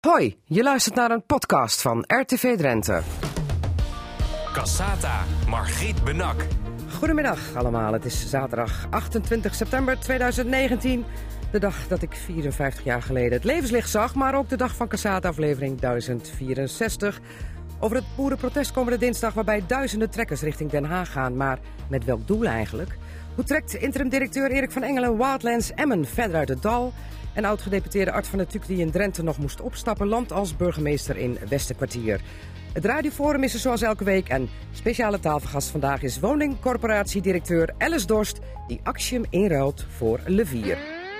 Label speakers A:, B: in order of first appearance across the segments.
A: Hoi, je luistert naar een podcast van RTV Drenthe.
B: Cassata, Margriet Benak.
A: Goedemiddag allemaal, het is zaterdag 28 september 2019. De dag dat ik 54 jaar geleden het levenslicht zag, maar ook de dag van Cassata aflevering 1064. Over het boerenprotest komende dinsdag waarbij duizenden trekkers richting Den Haag gaan. Maar met welk doel eigenlijk? Hoe trekt interim-directeur Erik van Engelen Wildlands Emmen verder uit het dal? En oud-gedeputeerde Art van der Tuuk die in Drenthe nog moest opstappen, landt als burgemeester in Westerkwartier. Het radioforum is er zoals elke week en speciale tafelgast vandaag is woningcorporatiedirecteur Alice Dorst die Axiom inruilt voor Levier.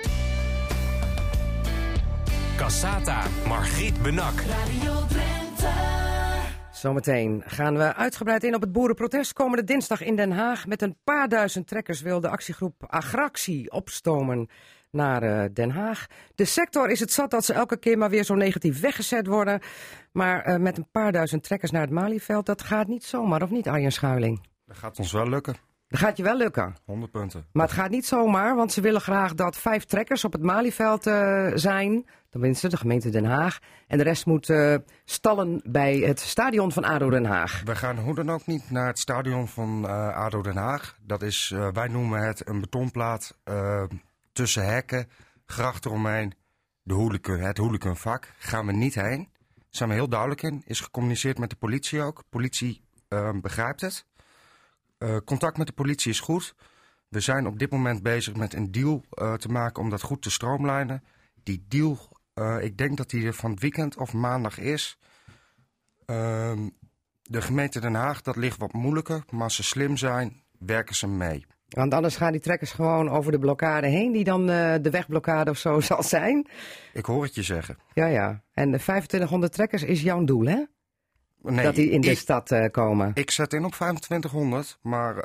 B: Cassata, Margriet Benak.
C: Radio Drenthe.
A: Zometeen gaan we uitgebreid in op het boerenprotest komende dinsdag in Den Haag. Met een paar duizend trekkers wil de actiegroep Agractie opstomen naar Den Haag. De sector is het zat dat ze elke keer maar weer zo negatief weggezet worden. Maar met een paar duizend trekkers naar het Malieveld, dat gaat niet zomaar, of niet, Arjen Schuiling?
D: Dat gaat ons wel lukken.
A: Dat gaat je wel lukken.
D: 100 punten.
A: Maar het gaat niet zomaar, want ze willen graag dat 5 trekkers op het Malieveld zijn. Tenminste, de gemeente Den Haag. En de rest moet stallen bij het stadion van ADO Den Haag.
D: We gaan hoe dan ook niet naar het stadion van ADO Den Haag. Dat is, wij noemen het een betonplaat tussen hekken, grachten omheen, het hooliganvak. Gaan we niet heen. Daar zijn we heel duidelijk in. Is gecommuniceerd met de politie ook. Politie begrijpt het. Contact met de politie is goed. We zijn op dit moment bezig met een deal te maken om dat goed te stroomlijnen. Die deal, ik denk dat die er van het weekend of maandag is. De gemeente Den Haag, dat ligt wat moeilijker. Maar als ze slim zijn, werken ze mee.
A: Want anders gaan die trekkers gewoon over de blokkade heen, die dan de wegblokkade of zo zal zijn.
D: Ik hoor het je zeggen.
A: Ja. En de 2500 trekkers is jouw doel, hè?
D: Nee,
A: dat die in de stad komen.
D: Ik zet in op 2500, maar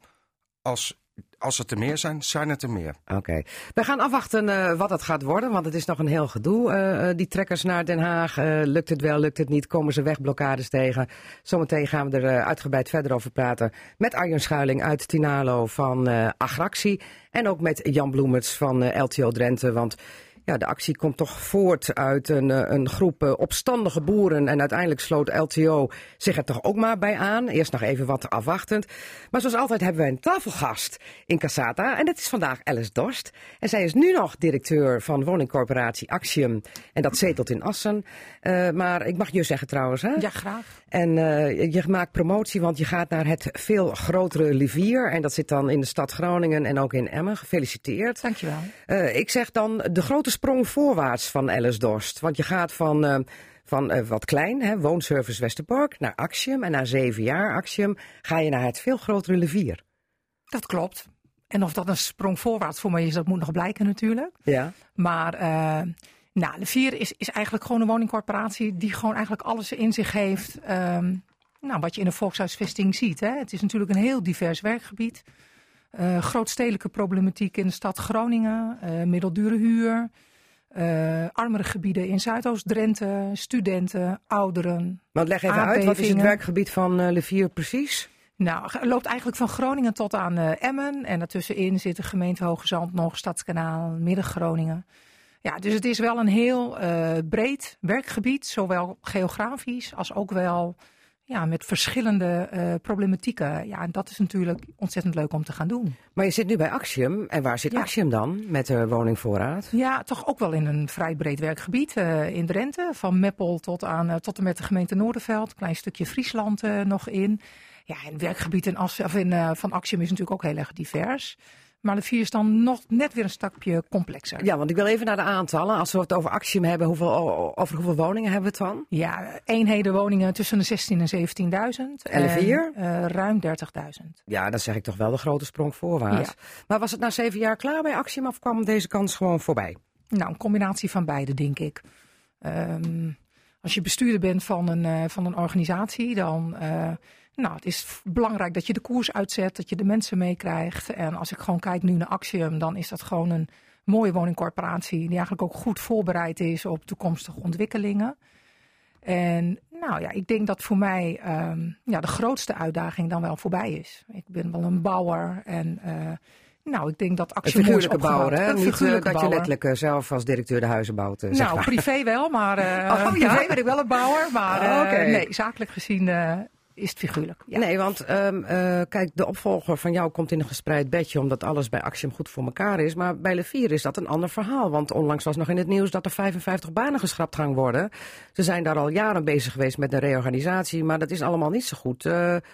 D: als het er meer zijn het er meer.
A: Oké. We gaan afwachten wat het gaat worden, want het is nog een heel gedoe. Die trekkers naar Den Haag, lukt het wel, lukt het niet, komen ze wegblokkades tegen. Zometeen gaan we er uitgebreid verder over praten met Arjen Schuiling uit Tinalo van Agractie. En ook met Jan Bloemerts van LTO Drenthe, want ja, de actie komt toch voort uit een groep opstandige boeren. En uiteindelijk sloot LTO zich er toch ook maar bij aan. Eerst nog even wat afwachtend. Maar zoals altijd hebben wij een tafelgast in Cassata. En dat is vandaag Alice Dorst. En zij is nu nog directeur van woningcorporatie Axiom. En dat zetelt in Assen. Maar ik mag je zeggen trouwens, hè?
E: Ja, graag.
A: En je maakt promotie, want je gaat naar het veel grotere Levier. En dat zit dan in de stad Groningen en ook in Emmen. Gefeliciteerd.
E: Dankjewel.
A: Ik zeg dan de grote sprong voorwaarts van Alice Dorst. Want je gaat van wat klein, hè, woonservice Westerbork, naar Axiom. En na 7 jaar Axiom ga je naar het veel grotere Levier.
E: Dat klopt. En of dat een sprong voorwaarts voor mij is, dat moet nog blijken natuurlijk.
A: Ja.
E: Maar Levier is eigenlijk gewoon een woningcorporatie die gewoon eigenlijk alles in zich heeft. Wat je in een volkshuisvesting ziet. Hè. Het is natuurlijk een heel divers werkgebied. Grootstedelijke problematiek in de stad Groningen. Middeldure huur. Armere gebieden in Zuidoost-Drenthe. Studenten, ouderen.
A: Want leg even uit, wat is het werkgebied van Levier precies?
E: Nou, het loopt eigenlijk van Groningen tot aan Emmen. En daartussenin zit de gemeente Hoge Zand nog, Stadskanaal, Midden-Groningen. Ja, dus het is wel een heel breed werkgebied. Zowel geografisch als ook wel met verschillende problematieken. Ja, en dat is natuurlijk ontzettend leuk om te gaan doen.
A: Maar je zit nu bij Axiom. En waar zit Axiom dan met de woningvoorraad?
E: Ja, toch ook wel in een vrij breed werkgebied in Drenthe. Van Meppel tot en met de gemeente Noorderveld. Een klein stukje Friesland nog in. Ja, en het werkgebied van Axiom is natuurlijk ook heel erg divers. Maar Levier is dan nog net weer een stukje complexer.
A: Ja, want ik wil even naar de aantallen. Als we het over Axiom hebben, over hoeveel woningen hebben we het dan?
E: Ja, eenheden woningen tussen de 16.000 en 17.000.
A: En Levier?
E: Ruim 30.000.
A: Ja, dan zeg ik toch wel de grote sprong voorwaarts. Ja. Maar was het na 7 jaar klaar bij Axiom of kwam deze kans gewoon voorbij?
E: Nou, een combinatie van beide, denk ik. Als je bestuurder bent van een organisatie, dan het is belangrijk dat je de koers uitzet, dat je de mensen meekrijgt. En als ik gewoon kijk nu naar Axiom, dan is dat gewoon een mooie woningcorporatie die eigenlijk ook goed voorbereid is op toekomstige ontwikkelingen. En ik denk dat voor mij de grootste uitdaging dan wel voorbij is. Ik ben wel een bouwer en Nou, ik denk dat
A: Een
E: Axiom
A: figuurlijke
E: moois
A: bouwer,
E: opgebouwd.
A: hè?
E: Een
A: Niet
E: figuurlijke
A: dat je
E: bouwer.
A: letterlijk zelf als directeur de huizen bouwt. Zeg
E: Nou,
A: maar.
E: privé wel, maar
A: ja?
E: privé ben ik wel een bouwer. Maar
A: Oké.
E: nee, zakelijk gezien is het figuurlijk. Ja.
A: Nee, want kijk, de opvolger van jou komt in een gespreid bedje omdat alles bij Axiom goed voor elkaar is. Maar bij Levier is dat een ander verhaal. Want onlangs was nog in het nieuws dat er 55 banen geschrapt gaan worden. Ze zijn daar al jaren bezig geweest met een reorganisatie, maar dat is allemaal niet zo goed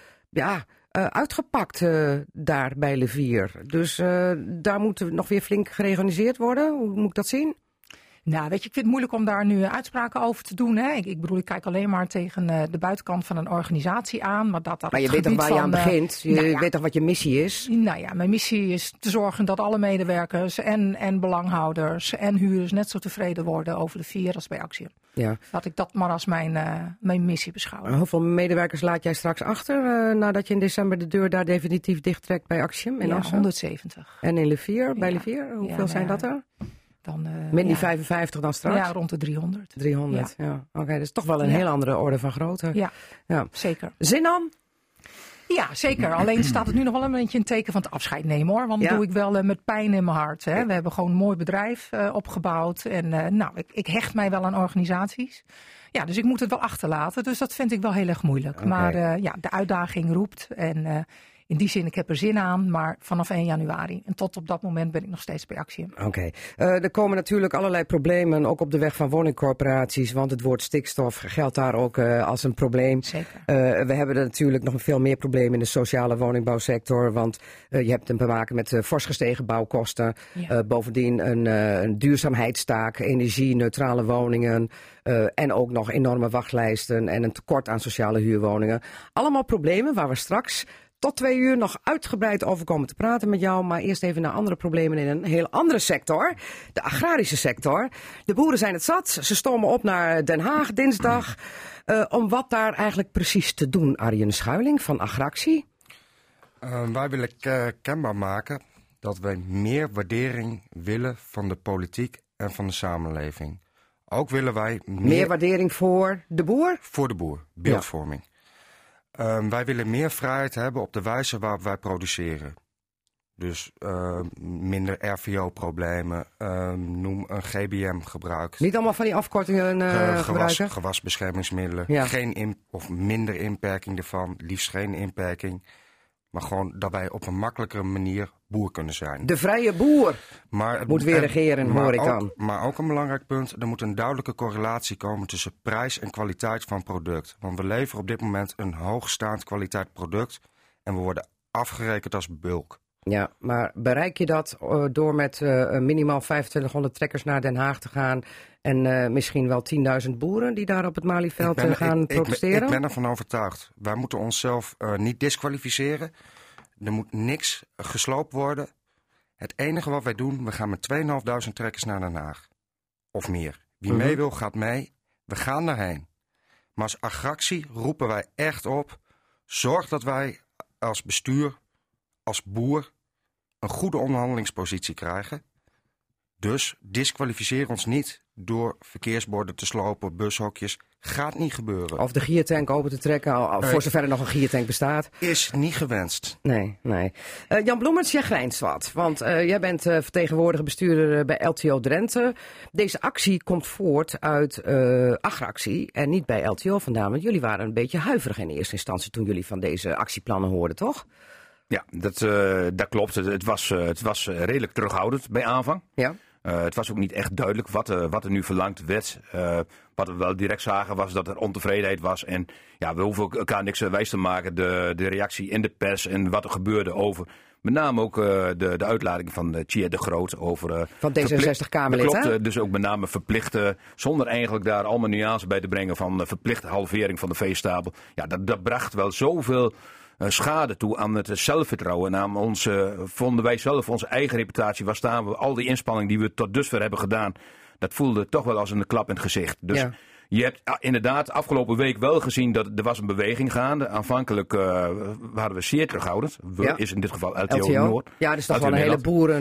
A: uitgepakt daar bij Levier. Dus daar moet nog weer flink gereorganiseerd worden. Hoe moet ik dat zien?
E: Nou, weet je, ik vind het moeilijk om daar nu uitspraken over te doen. Hè. Ik bedoel, ik kijk alleen maar tegen de buitenkant van een organisatie aan. Maar
A: je weet toch waar je aan begint? Je weet toch wat je missie is?
E: Nou ja, mijn missie is te zorgen dat alle medewerkers en belanghouders en huurders net zo tevreden worden over Levier als bij Axiom.
A: Ja.
E: Laat ik dat maar als mijn missie beschouwen.
A: Hoeveel medewerkers laat jij straks achter nadat je in december de deur daar definitief dichttrekt bij Axiom?
E: Ja, 170.
A: En in Levier, bij Levier, hoeveel zijn dat er?
E: Dan,
A: Min die 55 dan straks?
E: Ja, rond de 300.
A: 300, ja. Oké, dat is toch wel een heel andere orde van grootte.
E: Ja, zeker.
A: Zin dan?
E: Ja, zeker. Alleen staat het nu nog wel een beetje een teken van het afscheid nemen, hoor. Want dat doe ik wel met pijn in mijn hart. Hè. We hebben gewoon een mooi bedrijf opgebouwd. En ik hecht mij wel aan organisaties. Ja, dus ik moet het wel achterlaten. Dus dat vind ik wel heel erg moeilijk. Okay. Maar de uitdaging roept. En in die zin, ik heb er zin aan, maar vanaf 1 januari. En tot op dat moment ben ik nog steeds bij Axiom.
A: Oké. Er komen natuurlijk allerlei problemen, ook op de weg van woningcorporaties. Want het woord stikstof geldt daar ook als een probleem.
E: Zeker.
A: We hebben er natuurlijk nog veel meer problemen in de sociale woningbouwsector. Want je hebt te maken met fors gestegen bouwkosten. Ja. Bovendien een duurzaamheidstaak, energie-neutrale woningen. En ook nog enorme wachtlijsten en een tekort aan sociale huurwoningen. Allemaal problemen waar we straks tot 2 uur nog uitgebreid over komen te praten met jou. Maar eerst even naar andere problemen in een heel andere sector. De agrarische sector. De boeren zijn het zat. Ze stomen op naar Den Haag dinsdag. Om wat daar eigenlijk precies te doen, Arjen Schuiling van Agractie?
D: Wij willen kenbaar maken dat wij meer waardering willen van de politiek en van de samenleving. Ook willen wij
A: meer waardering voor de boer?
D: Voor de boer, beeldvorming. Ja. Wij willen meer vrijheid hebben op de wijze waarop wij produceren. Dus minder RVO-problemen, noem een GBM-gebruik.
A: Niet allemaal van die afkortingen gebruiken?
D: Gewasbeschermingsmiddelen, geen minder inperking ervan, liefst geen inperking. Maar gewoon dat wij op een makkelijkere manier boer kunnen zijn.
A: De vrije boer moet weer regeren, hoor ik dan.
D: Maar ook een belangrijk punt, er moet een duidelijke correlatie komen tussen prijs en kwaliteit van product. Want we leveren op dit moment een hoogstaand kwaliteit product en we worden afgerekend als bulk.
A: Ja, maar bereik je dat door met minimaal 2500 trekkers naar Den Haag te gaan en misschien wel 10.000 boeren die daar op het Malieveld gaan protesteren?
D: Ik ben ervan overtuigd. Wij moeten onszelf niet disqualificeren. Er moet niks gesloopt worden. Het enige wat wij doen, we gaan met 2.500 trekkers naar Den Haag. Of meer. Wie mee wil, gaat mee. We gaan daarheen. Maar als Agractie roepen wij echt op, zorg dat wij als bestuur, als boer, een goede onderhandelingspositie krijgen. Dus disqualificeer ons niet door verkeersborden te slopen, bushokjes. Gaat niet gebeuren.
A: Of de giertank open te trekken, voor zover er nog een giertank bestaat.
D: Is niet gewenst.
A: Nee. Jan Bloemens, jij grijnst wat. Want jij bent vertegenwoordiger bestuurder bij LTO Drenthe. Deze actie komt voort uit Agractie en niet bij LTO vandaan. Want jullie waren een beetje huiverig in eerste instantie toen jullie van deze actieplannen hoorden, toch?
C: Ja, dat klopt. Het was redelijk terughoudend bij aanvang.
A: Ja.
C: Het was ook niet echt duidelijk wat er nu verlangd werd. Wat we wel direct zagen was dat er ontevredenheid was. En ja, we hoeven elkaar niks wijs te maken. De reactie in de pers en wat er gebeurde over. Met name ook de uitlading van Tjia de Groot over.
A: Van D66-Kamerlid,
C: klopt, hè? Dus ook met name verplichte, zonder eigenlijk daar allemaal nuances bij te brengen van verplichte halvering van de veestapel. Ja, dat bracht wel zoveel schade toe aan het zelfvertrouwen en aan vonden wij zelf onze eigen reputatie. Waar staan we? Al die inspanning die we tot dusver hebben gedaan, dat voelde toch wel als een klap in het gezicht. Dus Je hebt inderdaad afgelopen week wel gezien dat er was een beweging gaande. Aanvankelijk waren we zeer terughoudend. Is in dit geval LTO Noord.
A: Ja, dat is toch wel een hele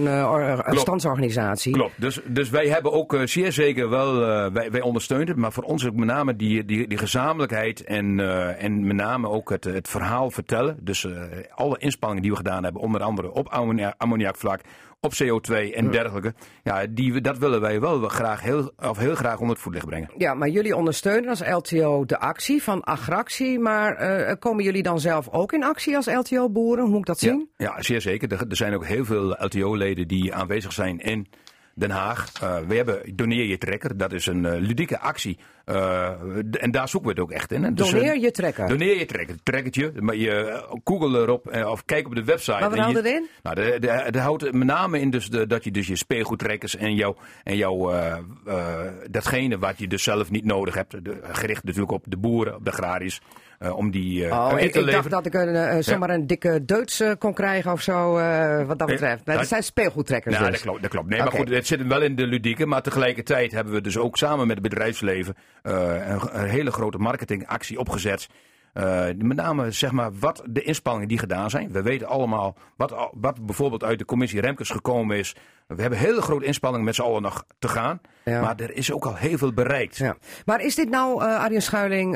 A: boerenstandsorganisatie.
C: Klopt. Dus wij hebben ook zeer zeker wel, wij ondersteunen het. Maar voor ons ook met name die gezamenlijkheid en met name ook het verhaal vertellen. Dus alle inspanningen die we gedaan hebben, onder andere op ammoniakvlak, op CO2 en dergelijke. Ja, dat willen wij wel graag heel graag onder het voetlicht brengen.
A: Ja, maar jullie ondersteunen als LTO de actie van Agractie. Maar komen jullie dan zelf ook in actie als LTO-boeren? Hoe moet ik dat zien?
C: Ja, zeer zeker. Er zijn ook heel veel LTO-leden die aanwezig zijn in Den Haag. We hebben Doneer je trekker. Dat is een ludieke actie. En daar zoeken we het ook echt in. Hè. Dus,
A: Doneer je trekker?
C: Doneer je trekker. Trekkertje. Maar je Google erop of kijk op de website.
A: Maar wat houdt het in?
C: Nou, dat houdt met name in dus dat je dus je speelgoedtrekkers en jouw datgene wat je dus zelf niet nodig hebt. Gericht natuurlijk op de boeren, op de agrariërs. Om die
A: ik dacht dat ik zomaar een dikke Duits kon krijgen of zo, wat dat betreft. Nee, dat zijn speelgoedtrekkers
C: ja,
A: dus.
C: Dat klopt. Nee, maar goed, het zit wel in de ludieke. Maar tegelijkertijd hebben we dus ook samen met het bedrijfsleven een hele grote marketingactie opgezet. Met name zeg maar wat de inspanningen die gedaan zijn. We weten allemaal wat bijvoorbeeld uit de commissie Remkes gekomen is. We hebben hele grote inspanningen met z'n allen nog te gaan. Ja. Maar er is ook al heel veel bereikt.
A: Ja. Maar is dit nou, Arjen Schuiling,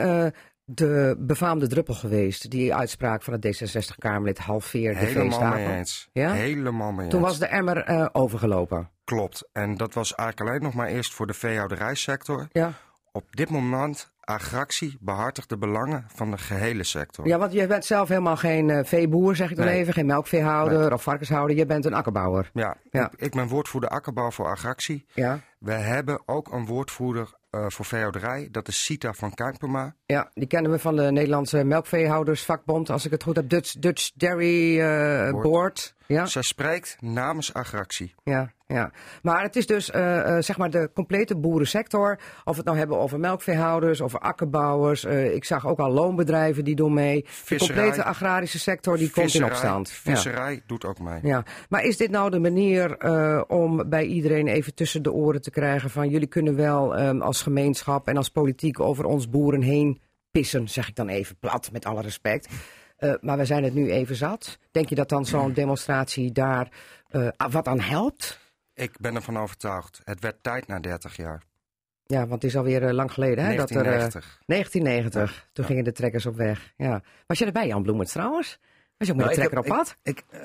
A: de befaamde druppel geweest? Die uitspraak van het D66-Kamerlid halveer de
D: Helemaal mee eens.
A: Ja?
D: Helemaal mee eens.
A: Toen was de emmer overgelopen.
D: Klopt. En dat was eigenlijk alleen nog maar eerst voor de veehouderijsector.
A: Ja.
D: Op dit moment Agractie behartigt de belangen van de gehele sector.
A: Ja, want je bent zelf helemaal geen veeboer, zeg ik dan even. Geen melkveehouder of varkenshouder. Je bent een akkerbouwer.
D: Ja. Ik ben woordvoerder akkerbouw voor Agractie.
A: Ja.
D: We hebben ook een woordvoerder voor veehouderij. Dat is Sita van Kuipema.
A: Ja, die kennen we van de Nederlandse Melkveehoudersvakbond. Als ik het goed heb, Dutch Dairy Board. Ja.
D: Zij spreekt namens Agractie.
A: Ja. Maar het is dus zeg maar de complete boerensector. Of we het nou hebben over melkveehouders, over akkerbouwers. Ik zag ook al loonbedrijven die doen mee.
D: Visserij,
A: de complete agrarische sector die komt in opstand.
D: Visserij doet ook mee.
A: Ja. Maar is dit nou de manier om bij iedereen even tussen de oren te krijgen van jullie kunnen wel als gemeenschap en als politiek over ons boeren heen pissen, zeg ik dan even plat, met alle respect. Maar we zijn het nu even zat. Denk je dat dan zo'n demonstratie daar wat aan helpt?
D: Ik ben ervan overtuigd. Het werd tijd na 30 jaar.
A: Ja, want het is alweer lang geleden. Hè, 1990.
D: Ja.
A: Toen gingen de trekkers op weg. Ja. Was je erbij, Jan Bloemert, trouwens? Was je ook met de trekker op pad?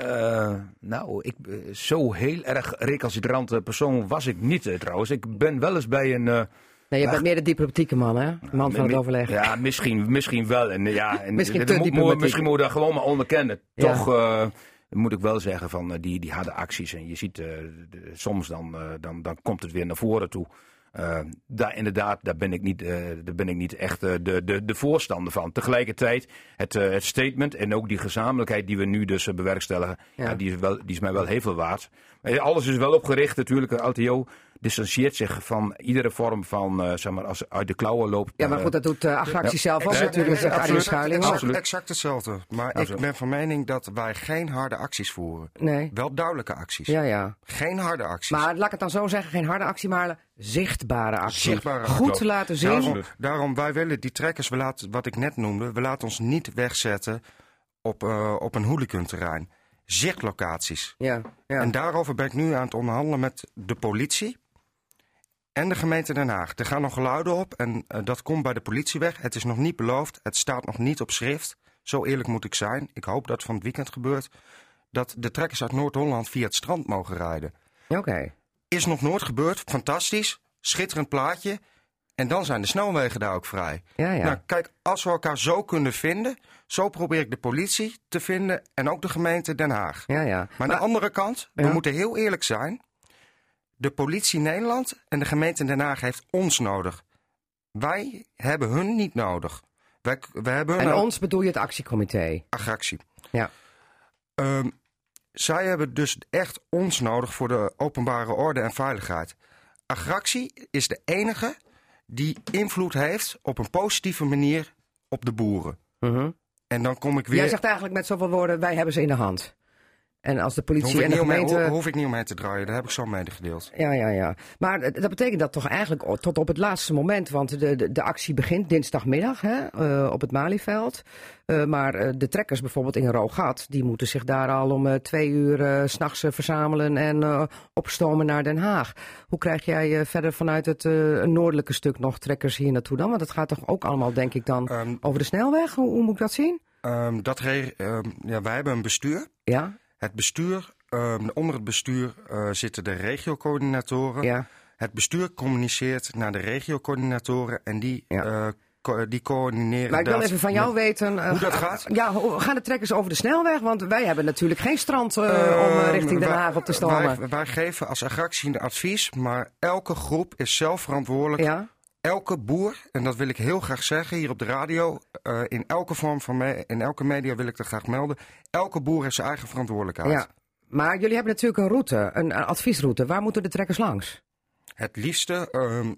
C: Zo heel erg recalcitrante persoon was ik niet trouwens. Ik ben wel eens bij een...
A: Nee, je bent meer de diplomatieke man, hè? Man van het overleg.
C: Ja, misschien wel. En,
A: misschien moeten
C: we dat gewoon maar onderkennen. Ja. Toch moet ik wel zeggen van die harde acties. En je ziet soms dan komt het weer naar voren toe. Daar ben ik niet echt de voorstander van. Tegelijkertijd het statement en ook die gezamenlijkheid die we nu dus bewerkstelligen. Ja. Die is mij wel heel veel waard. Alles is wel opgericht natuurlijk. LTO distancieert zich van iedere vorm van, zeg maar, als uit de klauwen loopt.
A: Ja, maar goed, dat doet Agractie zelf ook natuurlijk. Arjen Schuiling.
D: Exact hetzelfde. Maar ik ben van mening dat wij geen harde acties voeren.
A: Nee.
D: Wel duidelijke acties.
A: Ja.
D: Geen harde acties.
A: Maar laat ik het dan zo zeggen, geen harde actie, maar zichtbare actie.
D: Goed
A: te laten zien.
D: Daarom, wij willen die trekkers, wat ik net noemde, we laten ons niet wegzetten op een hooliganterrein. Zichtlocaties.
A: Ja.
D: En daarover ben ik nu aan het onderhandelen met de politie en de gemeente Den Haag. Er gaan nog geluiden op en dat komt bij de politie weg. Het is nog niet beloofd, het staat nog niet op schrift. Zo eerlijk moet ik zijn. Ik hoop dat het van het weekend gebeurt. Dat de trekkers uit Noord-Holland via het strand mogen rijden.
A: Oké.
D: Is nog nooit gebeurd. Fantastisch. Schitterend plaatje. En dan zijn de snelwegen daar ook vrij.
A: Ja.
D: Nou, kijk, als we elkaar zo kunnen vinden, zo probeer ik de politie te vinden en ook de gemeente Den Haag.
A: Ja.
D: Maar aan de andere kant, we moeten heel eerlijk zijn. De politie Nederland en de gemeente Den Haag heeft ons nodig. Wij hebben hun niet nodig. Wij hebben
A: en ons bedoel je het actiecomité?
D: Agractie.
A: Ja.
D: Zij hebben dus echt ons nodig voor de openbare orde en veiligheid. Agractie is de enige die invloed heeft op een positieve manier op de boeren.
A: Uh-huh.
D: En dan kom ik weer...
A: Jij zegt eigenlijk met zoveel woorden, wij hebben ze in de hand. En als de politie en de gemeente...
D: Hoef ik niet omheen te draaien, dat heb ik zo medegedeeld.
A: Ja. Maar dat betekent dat toch eigenlijk tot op het laatste moment. Want de actie begint dinsdagmiddag op het Malieveld. Maar de trekkers bijvoorbeeld in Roogat, die moeten zich daar al om 2 uur 's nachts verzamelen en opstomen naar Den Haag. Hoe krijg jij verder vanuit het noordelijke stuk nog trekkers hier naartoe dan? Want het gaat toch ook allemaal, denk ik dan, over de snelweg? Hoe moet ik dat zien?
D: Wij hebben een bestuur.
A: Ja.
D: Het bestuur, onder het bestuur zitten de regiocoördinatoren.
A: Ja.
D: Het bestuur communiceert naar de regiocoördinatoren en die coördineren.
A: Maar ik wil even van jou weten
D: hoe dat gaat.
A: Ja, gaan de trekkers over de snelweg? Want wij hebben natuurlijk geen strand om richting Den Haag op te stomen.
D: Wij geven als attractie een advies, maar elke groep is zelf verantwoordelijk. Ja. Elke boer, en dat wil ik heel graag zeggen hier op de radio, in elke vorm van in elke media wil ik dat graag melden. Elke boer heeft zijn eigen verantwoordelijkheid.
A: Ja, maar jullie hebben natuurlijk een route, een adviesroute. Waar moeten de trekkers langs?
D: Het liefste,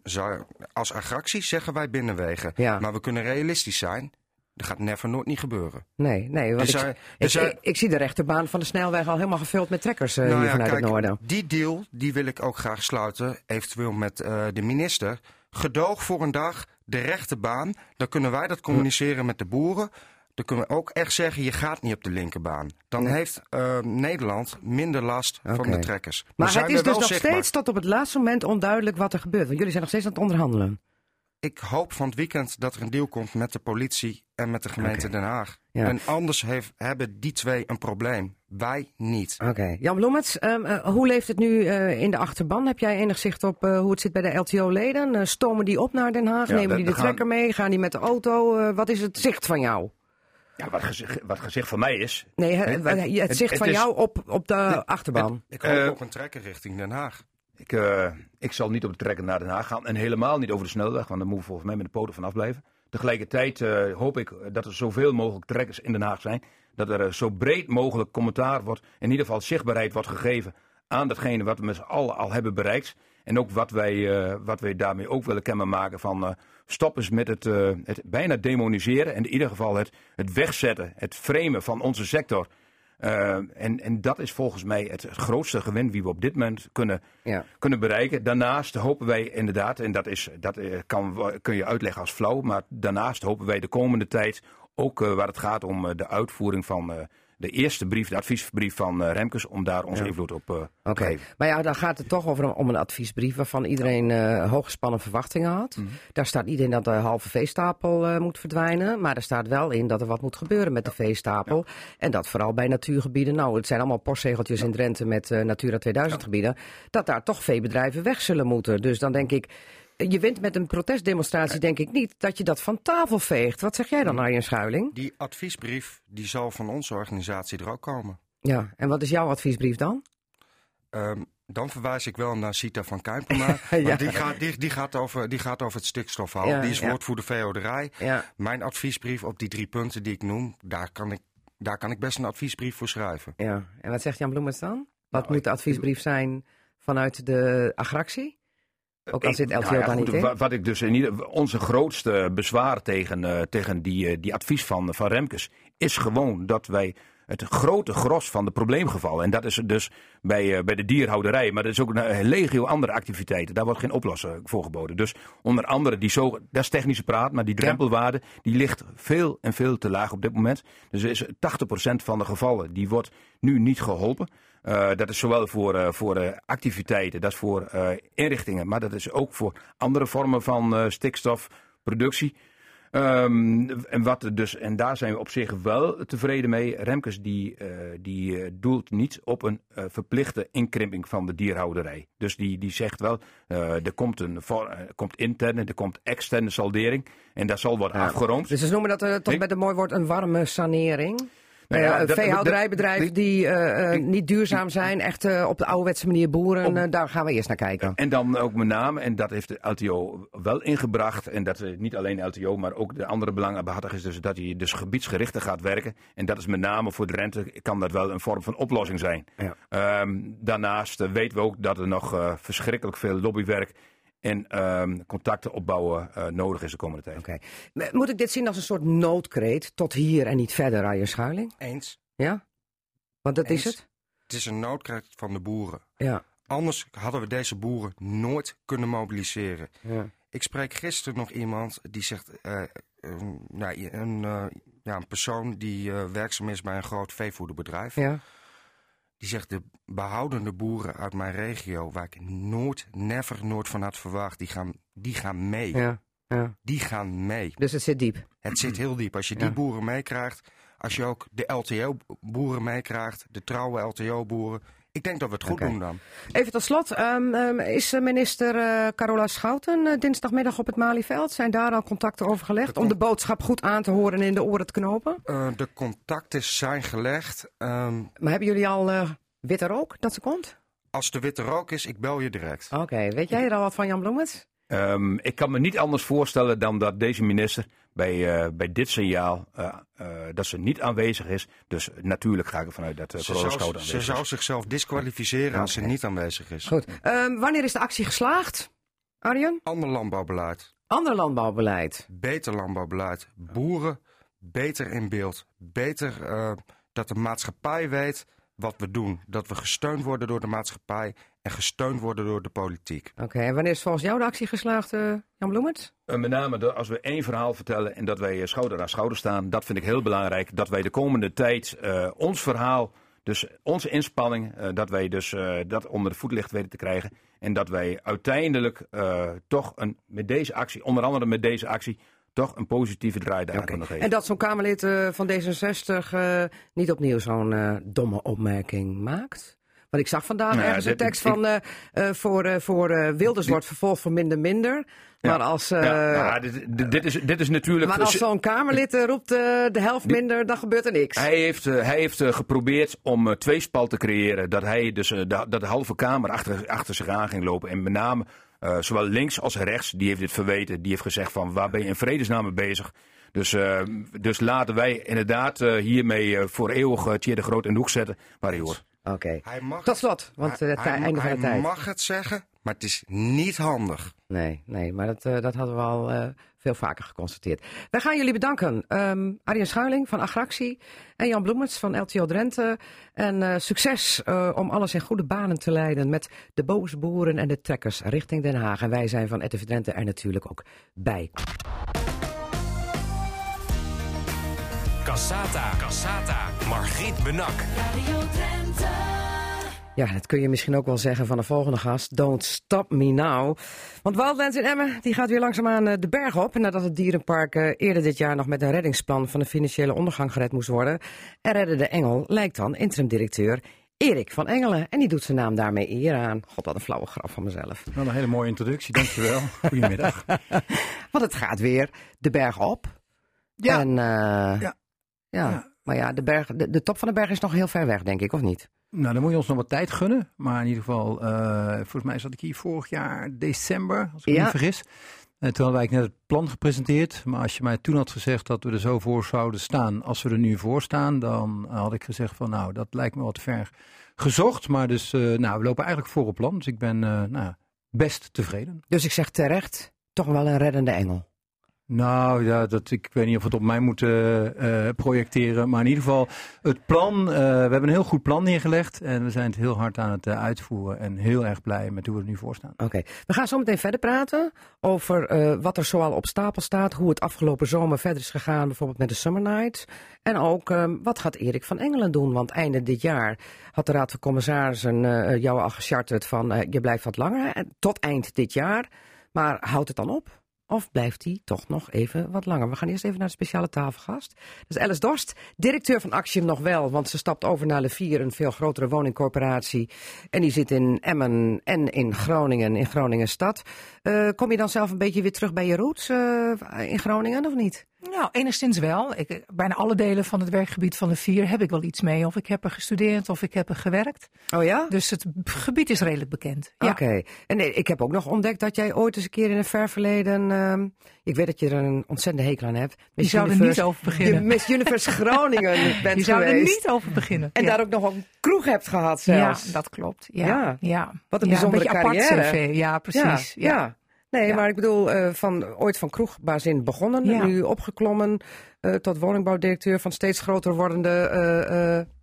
D: als attractie zeggen wij binnenwegen.
A: Ja.
D: Maar we kunnen realistisch zijn. Dat gaat nooit niet gebeuren.
A: Nee, want ik zie de rechterbaan van de snelweg al helemaal gevuld met trekkers hier vanuit het noorden.
D: Die deal die wil ik ook graag sluiten, eventueel met de minister. Gedoog voor een dag, de rechterbaan. Dan kunnen wij dat communiceren met de boeren. Dan kunnen we ook echt zeggen, je gaat niet op de linkerbaan. Dan heeft Nederland minder last van de trekkers.
A: Maar het is dus nog steeds tot op het laatste moment onduidelijk wat er gebeurt. Want jullie zijn nog steeds aan het onderhandelen.
D: Ik hoop van het weekend dat er een deal komt met de politie en met de gemeente Den Haag.
A: Ja.
D: En anders hebben die twee een probleem. Wij niet.
A: Oké. Jan Bloemets, hoe leeft het nu in de achterban? Heb jij enig zicht op hoe het zit bij de LTO-leden? Stomen die op naar Den Haag? Nemen die de trekker mee? Gaan die met de auto? Wat is het zicht van jou?
C: Ja, wat gezicht van mij is...
A: Nee, het zicht van jou op de achterban.
D: Ik hoop op een trekker richting Den Haag.
C: Ik zal niet op de trekker naar Den Haag gaan. En helemaal niet over de snelweg, want daar moeten we volgens mij met de poten vanaf blijven. Tegelijkertijd hoop ik dat er zoveel mogelijk trekkers in Den Haag zijn. Dat er zo breed mogelijk commentaar wordt. In ieder geval zichtbaarheid wordt gegeven aan datgene wat we met z'n allen al hebben bereikt. En ook wat wij daarmee ook willen kenbaar maken van stop eens met het bijna demoniseren. En in ieder geval het wegzetten, het framen van onze sector. En dat is volgens mij het grootste gewin wie we op dit moment kunnen bereiken. Daarnaast hopen wij inderdaad, en dat kun je uitleggen als flauw, maar daarnaast hopen wij de komende tijd ook waar het gaat om de uitvoering van de eerste brief, de adviesbrief van Remkes, om daar onze invloed op te geven.
A: Maar ja, dan gaat het toch om een adviesbrief waarvan iedereen hooggespannen verwachtingen had. Mm-hmm. Daar staat niet in dat de halve veestapel moet verdwijnen, maar er staat wel in dat er wat moet gebeuren met de veestapel. Ja. En dat vooral bij natuurgebieden, het zijn allemaal postzegeltjes in Drenthe met Natura 2000 gebieden, dat daar toch veebedrijven weg zullen moeten. Dus dan denk ik, je wint met een protestdemonstratie, denk ik niet, dat je dat van tafel veegt. Wat zeg jij dan, Arjen Schuiling?
D: Die adviesbrief die zal van onze organisatie er ook komen.
A: Ja, en wat is jouw adviesbrief dan?
D: Dan verwijs ik wel naar Sita van Kuijpema. Ja. Die gaat over het stikstofverhaal. Ja, die is woordvoerder veehouderij. Ja. Mijn adviesbrief op die 3 punten die ik noem, daar kan ik best een adviesbrief voor schrijven.
A: Ja. En wat zegt Jan Bloemets dan? Wat moet de adviesbrief zijn vanuit de agractie? Ook al zit LTO daar niet in.
C: Wat ik dus onze grootste bezwaar tegen die advies van Remkes is gewoon dat wij het grote gros van de probleemgevallen, en dat is dus bij de dierhouderij, maar dat is ook een legio andere activiteiten. Daar wordt geen oplossing voor geboden. Dus onder andere dat is technische praat, maar die drempelwaarde die ligt veel en veel te laag op dit moment. Dus is 80% van de gevallen die wordt nu niet geholpen. Dat is zowel voor activiteiten, dat is voor inrichtingen, maar dat is ook voor andere vormen van stikstofproductie. En daar zijn we op zich wel tevreden mee. Remkes die doelt niet op een verplichte inkrimping van de dierhouderij. Dus die zegt wel, er komt interne, er komt externe saldering. En dat zal worden afgeroomd.
A: Dus ze noemen dat toch met een mooi woord een warme sanering. Veehouderijbedrijven die niet duurzaam zijn, echt op de ouderwetse manier boeren, daar gaan we eerst naar kijken.
C: En dan ook met name, en dat heeft de LTO wel ingebracht, en dat niet alleen LTO, maar ook de andere belangenbehartiger is dus dat hij dus gebiedsgerichter gaat werken. En dat is met name voor Drenthe, kan dat wel een vorm van oplossing zijn. Ja. Daarnaast weten we ook dat er nog verschrikkelijk veel lobbywerk en contacten opbouwen nodig is de komende tijd.
A: Okay. Moet ik dit zien als een soort noodkreet tot hier en niet verder, Arjen Schuiling?
D: Eens.
A: Ja? Want dat is het?
D: Het is een noodkreet van de boeren.
A: Ja.
D: Anders hadden we deze boeren nooit kunnen mobiliseren.
A: Ja.
D: Ik spreek gisteren nog iemand die zegt... een persoon die werkzaam is bij een groot veevoederbedrijf.
A: Ja.
D: Die zegt, de behoudende boeren uit mijn regio... waar ik nooit van had verwacht, die gaan mee.
A: Ja. Ja.
D: Die gaan mee.
A: Dus het zit diep.
D: Het zit heel diep. Als je die boeren meekrijgt... als je ook de LTO-boeren meekrijgt... de trouwe LTO-boeren... ik denk dat we het goed doen dan.
A: Even tot slot. Is minister Carola Schouten dinsdagmiddag op het Malieveld? Zijn daar al contacten over gelegd om de boodschap goed aan te horen en in de oren te knopen?
D: De contacten zijn gelegd.
A: Maar hebben jullie al witte rook dat ze komt?
D: Als de witte rook is, ik bel je direct.
A: Oké. Weet jij er al wat van, Jan Bloemens?
C: Ik kan me niet anders voorstellen dan dat deze minister bij dit signaal dat ze niet aanwezig is. Dus natuurlijk ga ik ervan uit dat Carola Schouten aanwezig is.
D: Ze zou zichzelf disqualificeren als ze niet aanwezig is.
A: Goed. Wanneer is de actie geslaagd, Arjen?
D: Ander landbouwbeleid.
A: Ander landbouwbeleid.
D: Beter landbouwbeleid. Boeren beter in beeld. Beter dat de maatschappij weet wat we doen. Dat we gesteund worden door de maatschappij en gesteund worden door de politiek.
A: Oké, en wanneer is volgens jou de actie geslaagd, Jan Bloemert?
C: Met name als we één verhaal vertellen en dat wij schouder aan schouder staan. Dat vind ik heel belangrijk. Dat wij de komende tijd ons verhaal, dus onze inspanning, dat wij dus dat onder de voetlicht weten te krijgen. En dat wij uiteindelijk toch met deze actie, onder andere met deze actie, toch een positieve draai daar kunnen geven. En
A: dat zo'n Kamerlid van D66 niet opnieuw zo'n domme opmerking maakt? Want ik zag vandaag ergens een tekst van voor Wilders wordt vervolgd voor minder. Maar als
C: dit is natuurlijk.
A: Maar als zo'n Kamerlid roept de helft minder, dan gebeurt er niks.
C: Hij heeft geprobeerd om tweespal te creëren. Dat hij dus dat de halve Kamer achter zich aan ging lopen. En met name zowel links als rechts, die heeft dit verweten. Die heeft gezegd van waar ben je in vredesnaam mee bezig? Dus laten wij inderdaad hiermee voor eeuwig Thierry de Groot in de hoek zetten waar hij hoort.
A: Oké. Tot slot, want het einde van de tijd.
D: Hij mag het zeggen, maar het is niet handig.
A: Nee, maar dat hadden we al veel vaker geconstateerd. Wij gaan jullie bedanken. Arjen Schuiling van Agractie en Jan Bloemers van LTO Drenthe. En succes om alles in goede banen te leiden met de boze boeren en de trekkers richting Den Haag. En wij zijn van RTV Drenthe er natuurlijk ook bij.
B: Cassata, Margriet Benak.
F: Radio Drenthe.
A: Ja, dat kun je misschien ook wel zeggen van de volgende gast. Don't stop me now. Want Wildlands in Emmen die gaat weer langzaamaan de berg op. Nadat het dierenpark eerder dit jaar nog met een reddingsplan van de financiële ondergang gered moest worden. En redde de engel lijkt dan interim-directeur Erik van Engelen. En die doet zijn naam daarmee eer aan. God, wat een flauwe grap van mezelf.
G: Wel een hele mooie introductie, dankjewel. Goedemiddag.
A: Want het gaat weer de berg op.
G: Ja.
A: En,
G: Ja.
A: Maar ja, de top van de berg is nog heel ver weg, denk ik, of niet?
G: Nou, dan moet je ons nog wat tijd gunnen. Maar in ieder geval, volgens mij zat ik hier vorig jaar december, als ik me niet vergis. En toen hadden wij net het plan gepresenteerd. Maar als je mij toen had gezegd dat we er zo voor zouden staan als we er nu voor staan, dan had ik gezegd van nou, dat lijkt me wat ver gezocht. Maar dus, we lopen eigenlijk voor op plan. Dus ik ben best tevreden.
A: Dus ik zeg terecht, toch wel een reddende engel.
G: Nou ja, ik weet niet of we het op mij moeten projecteren. Maar in ieder geval, het plan, we hebben een heel goed plan neergelegd. En we zijn het heel hard aan het uitvoeren. En heel erg blij met hoe we er nu voor staan.
A: Oké. We gaan zo meteen verder praten over wat er zoal op stapel staat. Hoe het afgelopen zomer verder is gegaan, bijvoorbeeld met de Summer Night. En ook, wat gaat Erik van Engelen doen? Want einde dit jaar had de Raad van Commissarissen jou al gecharterd van je blijft wat langer. Tot eind dit jaar. Maar houdt het dan op? Of blijft hij toch nog even wat langer? We gaan eerst even naar de speciale tafelgast. Dat is Alice Dorst, directeur van Axiom nog wel. Want ze stapt over naar Levier, een veel grotere woningcorporatie. En die zit in Emmen en in Groningen stad. Kom je dan zelf een beetje weer terug bij je roots in Groningen of niet?
E: Nou, enigszins wel. Bijna alle delen van het werkgebied van Levier heb ik wel iets mee. Of ik heb er gestudeerd of ik heb er gewerkt.
A: Oh ja?
E: Dus het gebied is redelijk bekend. Ja.
A: Oké. En ik heb ook nog ontdekt dat jij ooit eens een keer in een ver verleden... ik weet dat je er een ontzettende hekel aan hebt.
E: Je zou er niet over beginnen.
A: Miss Universe Groningen bent geweest.
E: Je zou er niet over beginnen.
A: En daar ook nog een kroeg hebt gehad zelfs.
E: Ja, dat klopt. Ja.
A: Wat een bijzondere carrière.
E: Apart CV. Ja, precies.
A: Ja. Nee, maar ik bedoel, ooit van kroegbazin begonnen, nu opgeklommen tot woningbouwdirecteur van steeds groter wordende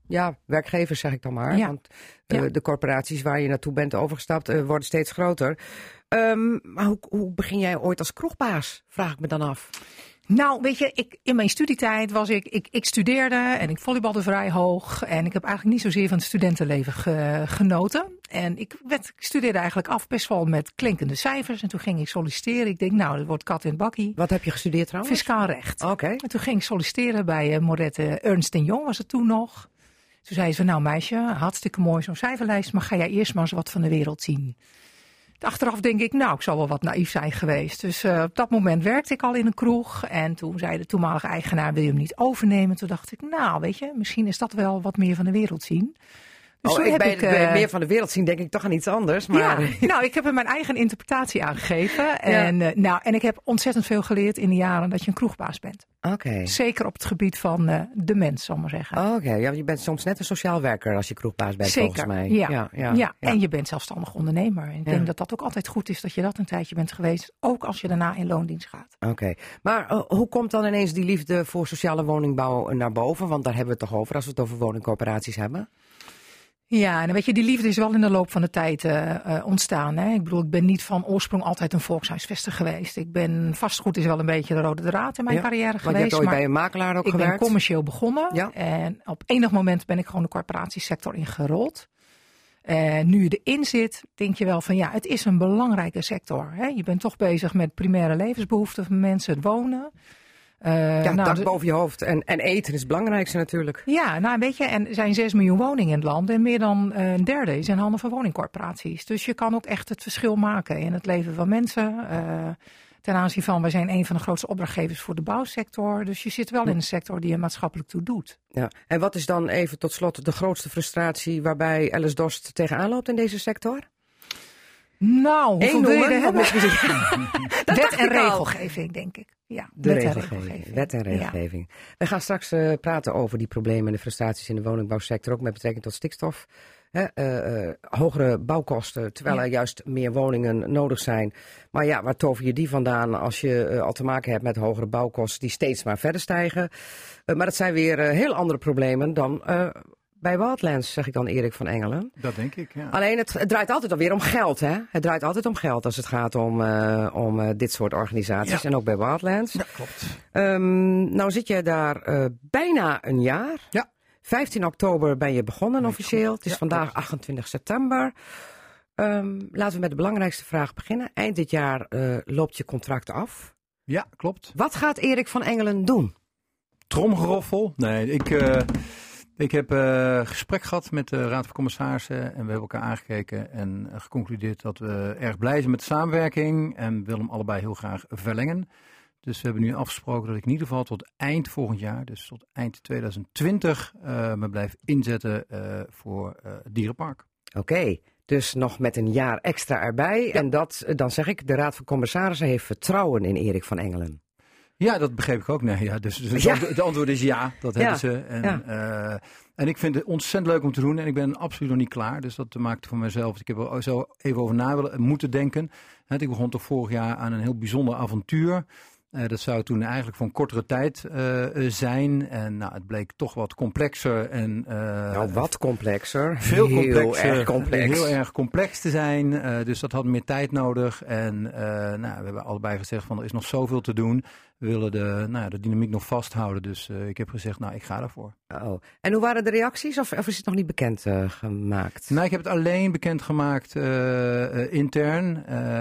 A: werkgevers zeg ik dan maar.
E: Ja.
A: Want
E: Ja.
A: de corporaties waar je naartoe bent overgestapt worden steeds groter. Maar hoe begin jij ooit als kroegbaas? Vraag ik me dan af.
E: Nou, weet je, in mijn studietijd was ik studeerde en ik volleybalde vrij hoog. En ik heb eigenlijk niet zozeer van het studentenleven genoten. En ik studeerde eigenlijk af best wel met klinkende cijfers. En toen ging ik solliciteren. Ik denk, nou, dat wordt kat in het bakkie.
A: Wat heb je gestudeerd trouwens?
E: Fiscaal recht.
A: Oké.
E: En toen ging ik solliciteren bij Morette Ernst & Young was het toen nog. Toen zei ze, nou meisje, hartstikke mooi zo'n cijferlijst. Maar ga jij eerst maar eens wat van de wereld zien. Achteraf denk ik, nou, ik zal wel wat naïef zijn geweest. Dus op dat moment werkte ik al in een kroeg. En toen zei de toenmalige eigenaar, wil je hem niet overnemen? Toen dacht ik, nou, weet je, misschien is dat wel wat meer van de wereld zien. Dus toen heb ik
A: meer van de wereld zien, denk ik toch aan iets anders. Maar...
E: Ja, nou, ik heb er mijn eigen interpretatie aan gegeven. En ik heb ontzettend veel geleerd in de jaren dat je een kroegbaas bent.
A: Oké.
E: Zeker op het gebied van de mens, zal ik maar zeggen.
A: Oké, ja, je bent soms net een sociaal werker als je kroegbaas bent,
E: Zeker,
A: volgens mij.
E: ja. En je bent zelfstandig ondernemer. En ik denk dat dat ook altijd goed is dat je dat een tijdje bent geweest. Ook als je daarna in loondienst gaat.
A: Oké. Maar hoe komt dan ineens die liefde voor sociale woningbouw naar boven? Want daar hebben we het toch over als we het over woningcoöperaties hebben?
E: Ja, en dan weet je, die liefde is wel in de loop van de tijd ontstaan. Hè? Ik bedoel, ik ben niet van oorsprong altijd een volkshuisvester geweest. Vastgoed is wel een beetje de rode draad in mijn carrière geweest.
A: Maar je hebt ooit bij een makelaar ook gewerkt?
E: Ik ben commercieel begonnen.
A: Ja.
E: En op enig moment ben ik gewoon de corporatiesector ingerold. Nu je erin zit, denk je wel van ja, het is een belangrijke sector. Hè? Je bent toch bezig met primaire levensbehoeften van mensen, het wonen.
A: Dak boven je hoofd en eten is het belangrijkste natuurlijk.
E: Ja, nou weet je, en er zijn 6 miljoen woningen in het land en meer dan een derde is in handen van woningcorporaties. Dus je kan ook echt het verschil maken in het leven van mensen. Ten aanzien van, wij zijn een van de grootste opdrachtgevers voor de bouwsector. Dus je zit wel in een sector die er maatschappelijk toe doet.
A: Ja. En wat is dan even tot slot de grootste frustratie waarbij Alice Dorst tegenaan loopt in deze sector?
E: Nou, hoeveel wil je er hebben? Wet en
A: al.
E: regelgeving, denk ik. Ja,
A: De regelgeving. Wet en regelgeving. Ja. We gaan straks praten over die problemen en de frustraties in de woningbouwsector, ook met betrekking tot stikstof. Hogere bouwkosten, terwijl er juist meer woningen nodig zijn. Maar ja, waar tover je die vandaan als je al te maken hebt met hogere bouwkosten die steeds maar verder stijgen? Maar dat zijn weer heel andere problemen dan bij Wildlands, zeg ik dan, Erik van Engelen.
G: Dat denk ik, ja.
A: Alleen het draait altijd alweer om geld, hè? Het draait altijd om geld als het gaat om dit soort organisaties. Ja. En ook bij Wildlands.
G: Ja, klopt.
A: Nou zit je daar bijna een jaar.
G: Ja.
A: 15 oktober ben je begonnen officieel. Het is vandaag 28 september. Laten we met de belangrijkste vraag beginnen. Eind dit jaar loopt je contract af.
G: Ja, klopt.
A: Wat gaat Erik van Engelen doen?
G: Tromgeroffel? Nee, ik heb gesprek gehad met de Raad van Commissarissen en we hebben elkaar aangekeken en geconcludeerd dat we erg blij zijn met de samenwerking en willen hem allebei heel graag verlengen. Dus we hebben nu afgesproken dat ik in ieder geval tot eind volgend jaar, dus tot eind 2020, me blijf inzetten voor het dierenpark.
A: Oké, dus nog met een jaar extra erbij. Ja. En dan zeg ik, de Raad van Commissarissen heeft vertrouwen in Erik van Engelen.
G: Ja, dat begreep ik ook. Nee, ja, dus de antwoord is ja, dat hebben ze. En ik vind het ontzettend leuk om te doen en ik ben absoluut nog niet klaar. Dus dat maakt voor mezelf, ik heb er zo even over moeten denken. Ik begon toch vorig jaar aan een heel bijzonder avontuur. Dat zou toen eigenlijk voor een kortere tijd zijn. En nou, het bleek toch wat complexer.
A: Wat complexer?
G: Veel complexer.
A: Heel erg complex.
G: Heel erg complex te zijn. Dus dat had meer tijd nodig. En we hebben allebei gezegd van er is nog zoveel te doen. We willen de dynamiek nog vasthouden. Dus ik heb gezegd, ik ga daarvoor.
A: Oh. En hoe waren de reacties? Of is het nog niet bekend gemaakt?
G: Nou, ik heb het alleen bekend gemaakt intern.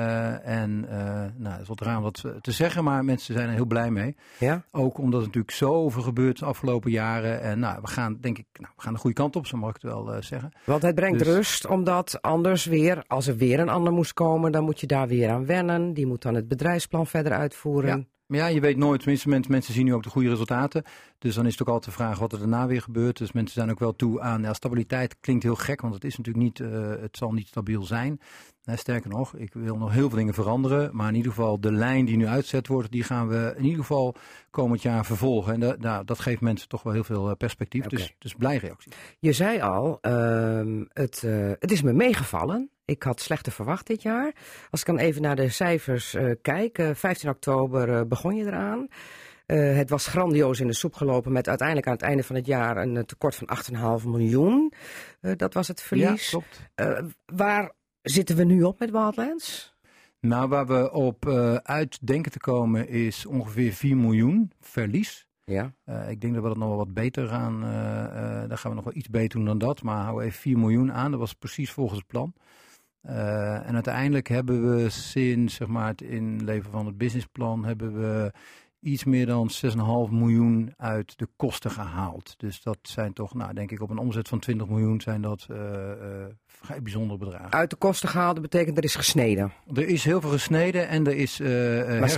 G: Dat is wat raar om dat te zeggen, maar mensen zijn er heel blij mee. Ja? Ook omdat er natuurlijk zoveel gebeurt de afgelopen jaren. En we gaan denk ik, we gaan de goede kant op, zo mag ik het wel zeggen.
A: Want het brengt rust, omdat anders weer, als er weer een ander moest komen, dan moet je daar weer aan wennen. Die moet dan het bedrijfsplan verder uitvoeren.
G: Ja. Maar ja, je weet nooit, tenminste mensen zien nu ook de goede resultaten. Dus dan is het ook altijd de vraag wat er daarna weer gebeurt. Dus mensen zijn ook wel toe aan, stabiliteit klinkt heel gek, want het is natuurlijk niet, het zal niet stabiel zijn. Sterker nog, ik wil nog heel veel dingen veranderen. Maar in ieder geval de lijn die nu uitzet wordt, die gaan we in ieder geval komend jaar vervolgen. En dat geeft mensen toch wel heel veel perspectief. Okay. Dus blij reactie.
A: Je zei al, het is me meegevallen. Ik had slechter verwacht dit jaar. Als ik dan even naar de cijfers kijk, 15 oktober begon je eraan. Het was grandioos in de soep gelopen met uiteindelijk aan het einde van het jaar een tekort van 8,5 miljoen. Dat was het verlies.
G: Ja, klopt.
A: Waar zitten we nu op met Wildlands?
G: Nou, waar we op uit denken te komen is ongeveer 4 miljoen verlies.
A: Ja.
G: Ik denk dat we dat nog wel wat beter gaan. Daar gaan we nog wel iets beter doen dan dat. Maar hou even 4 miljoen aan. Dat was precies volgens het plan. En uiteindelijk hebben we sinds zeg maar, het inleveren van het businessplan hebben we iets meer dan 6,5 miljoen uit de kosten gehaald. Dus dat zijn toch, nou, denk ik, op een omzet van 20 miljoen zijn dat vrij bijzondere bedragen.
A: Uit de kosten gehaald, dat betekent er is gesneden.
G: Er is heel veel gesneden en er is
A: maar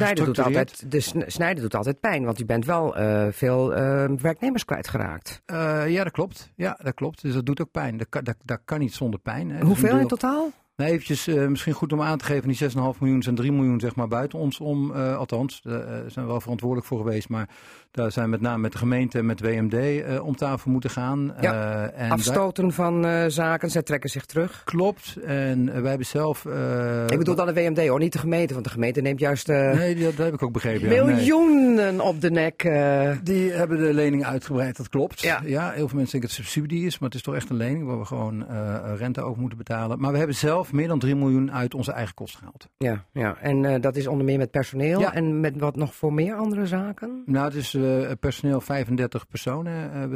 A: snijden doet altijd pijn, want u bent wel veel werknemers kwijtgeraakt.
G: Ja, dat klopt. Ja, dat klopt. Dus dat doet ook pijn. Dat kan niet zonder pijn. Hè.
A: Hoeveel
G: dus
A: in totaal?
G: Nou, eventjes misschien goed om aan te geven, die 6,5 miljoen zijn 3 miljoen zeg maar buiten ons om. Althans, daar zijn we wel verantwoordelijk voor geweest. Maar daar zijn met name met de gemeente en met WMD om tafel moeten gaan.
A: Ja, en afstoten van zaken, zij trekken zich terug.
G: Klopt. En wij hebben zelf...
A: ik bedoel dan de WMD hoor, niet de gemeente. Want de gemeente neemt juist...
G: nee, dat heb ik ook begrepen.
A: Miljoenen op de nek.
G: Die hebben de lening uitgebreid, dat klopt.
A: Ja.
G: Ja, heel veel mensen denken dat het subsidie is. Maar het is toch echt een lening waar we gewoon rente over moeten betalen. Maar we hebben zelf meer dan 3 miljoen uit onze eigen kosten gehaald.
A: Ja. En dat is onder meer met personeel. Ja. En met wat nog voor meer andere zaken?
G: Nou, het is personeel 35 personen.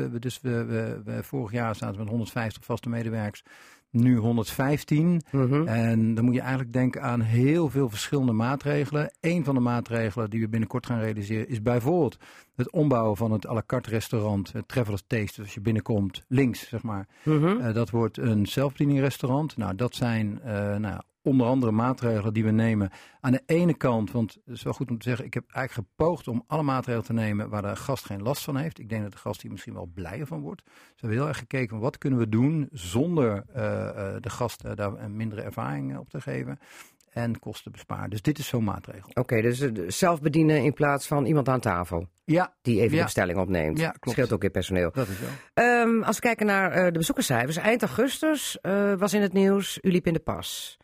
G: Vorig jaar zaten we met 150 vaste medewerkers. Nu 115. Mm-hmm. En dan moet je eigenlijk denken aan heel veel verschillende maatregelen. Eén van de maatregelen die we binnenkort gaan realiseren is bijvoorbeeld het ombouwen van het à la carte restaurant, het Travelers Taste. Dus als je binnenkomt, links zeg maar. Mm-hmm. Dat wordt een zelfbediening restaurant. Nou, dat zijn onder andere maatregelen die we nemen. Aan de ene kant, want het is wel goed om te zeggen, ik heb eigenlijk gepoogd om alle maatregelen te nemen waar de gast geen last van heeft. Ik denk dat de gast hier misschien wel blijer van wordt. Dus we hebben heel erg gekeken van wat kunnen we doen zonder de gast daar een mindere ervaring op te geven. En kosten besparen. Dus dit is zo'n maatregel.
A: Oké, dus zelf bedienen in plaats van iemand aan tafel.
G: Ja.
A: Die even de bestelling opneemt.
G: Ja, klopt.
A: Scheelt ook in personeel.
G: Dat is wel.
A: Als we kijken naar de bezoekerscijfers. Eind augustus was in het nieuws. U liep in de pas.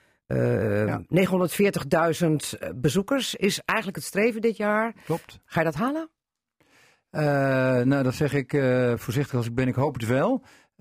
A: 940.000 bezoekers is eigenlijk het streven dit jaar.
G: Klopt.
A: Ga je dat halen?
G: Nou, dat zeg ik voorzichtig als ik ben. Ik hoop het wel.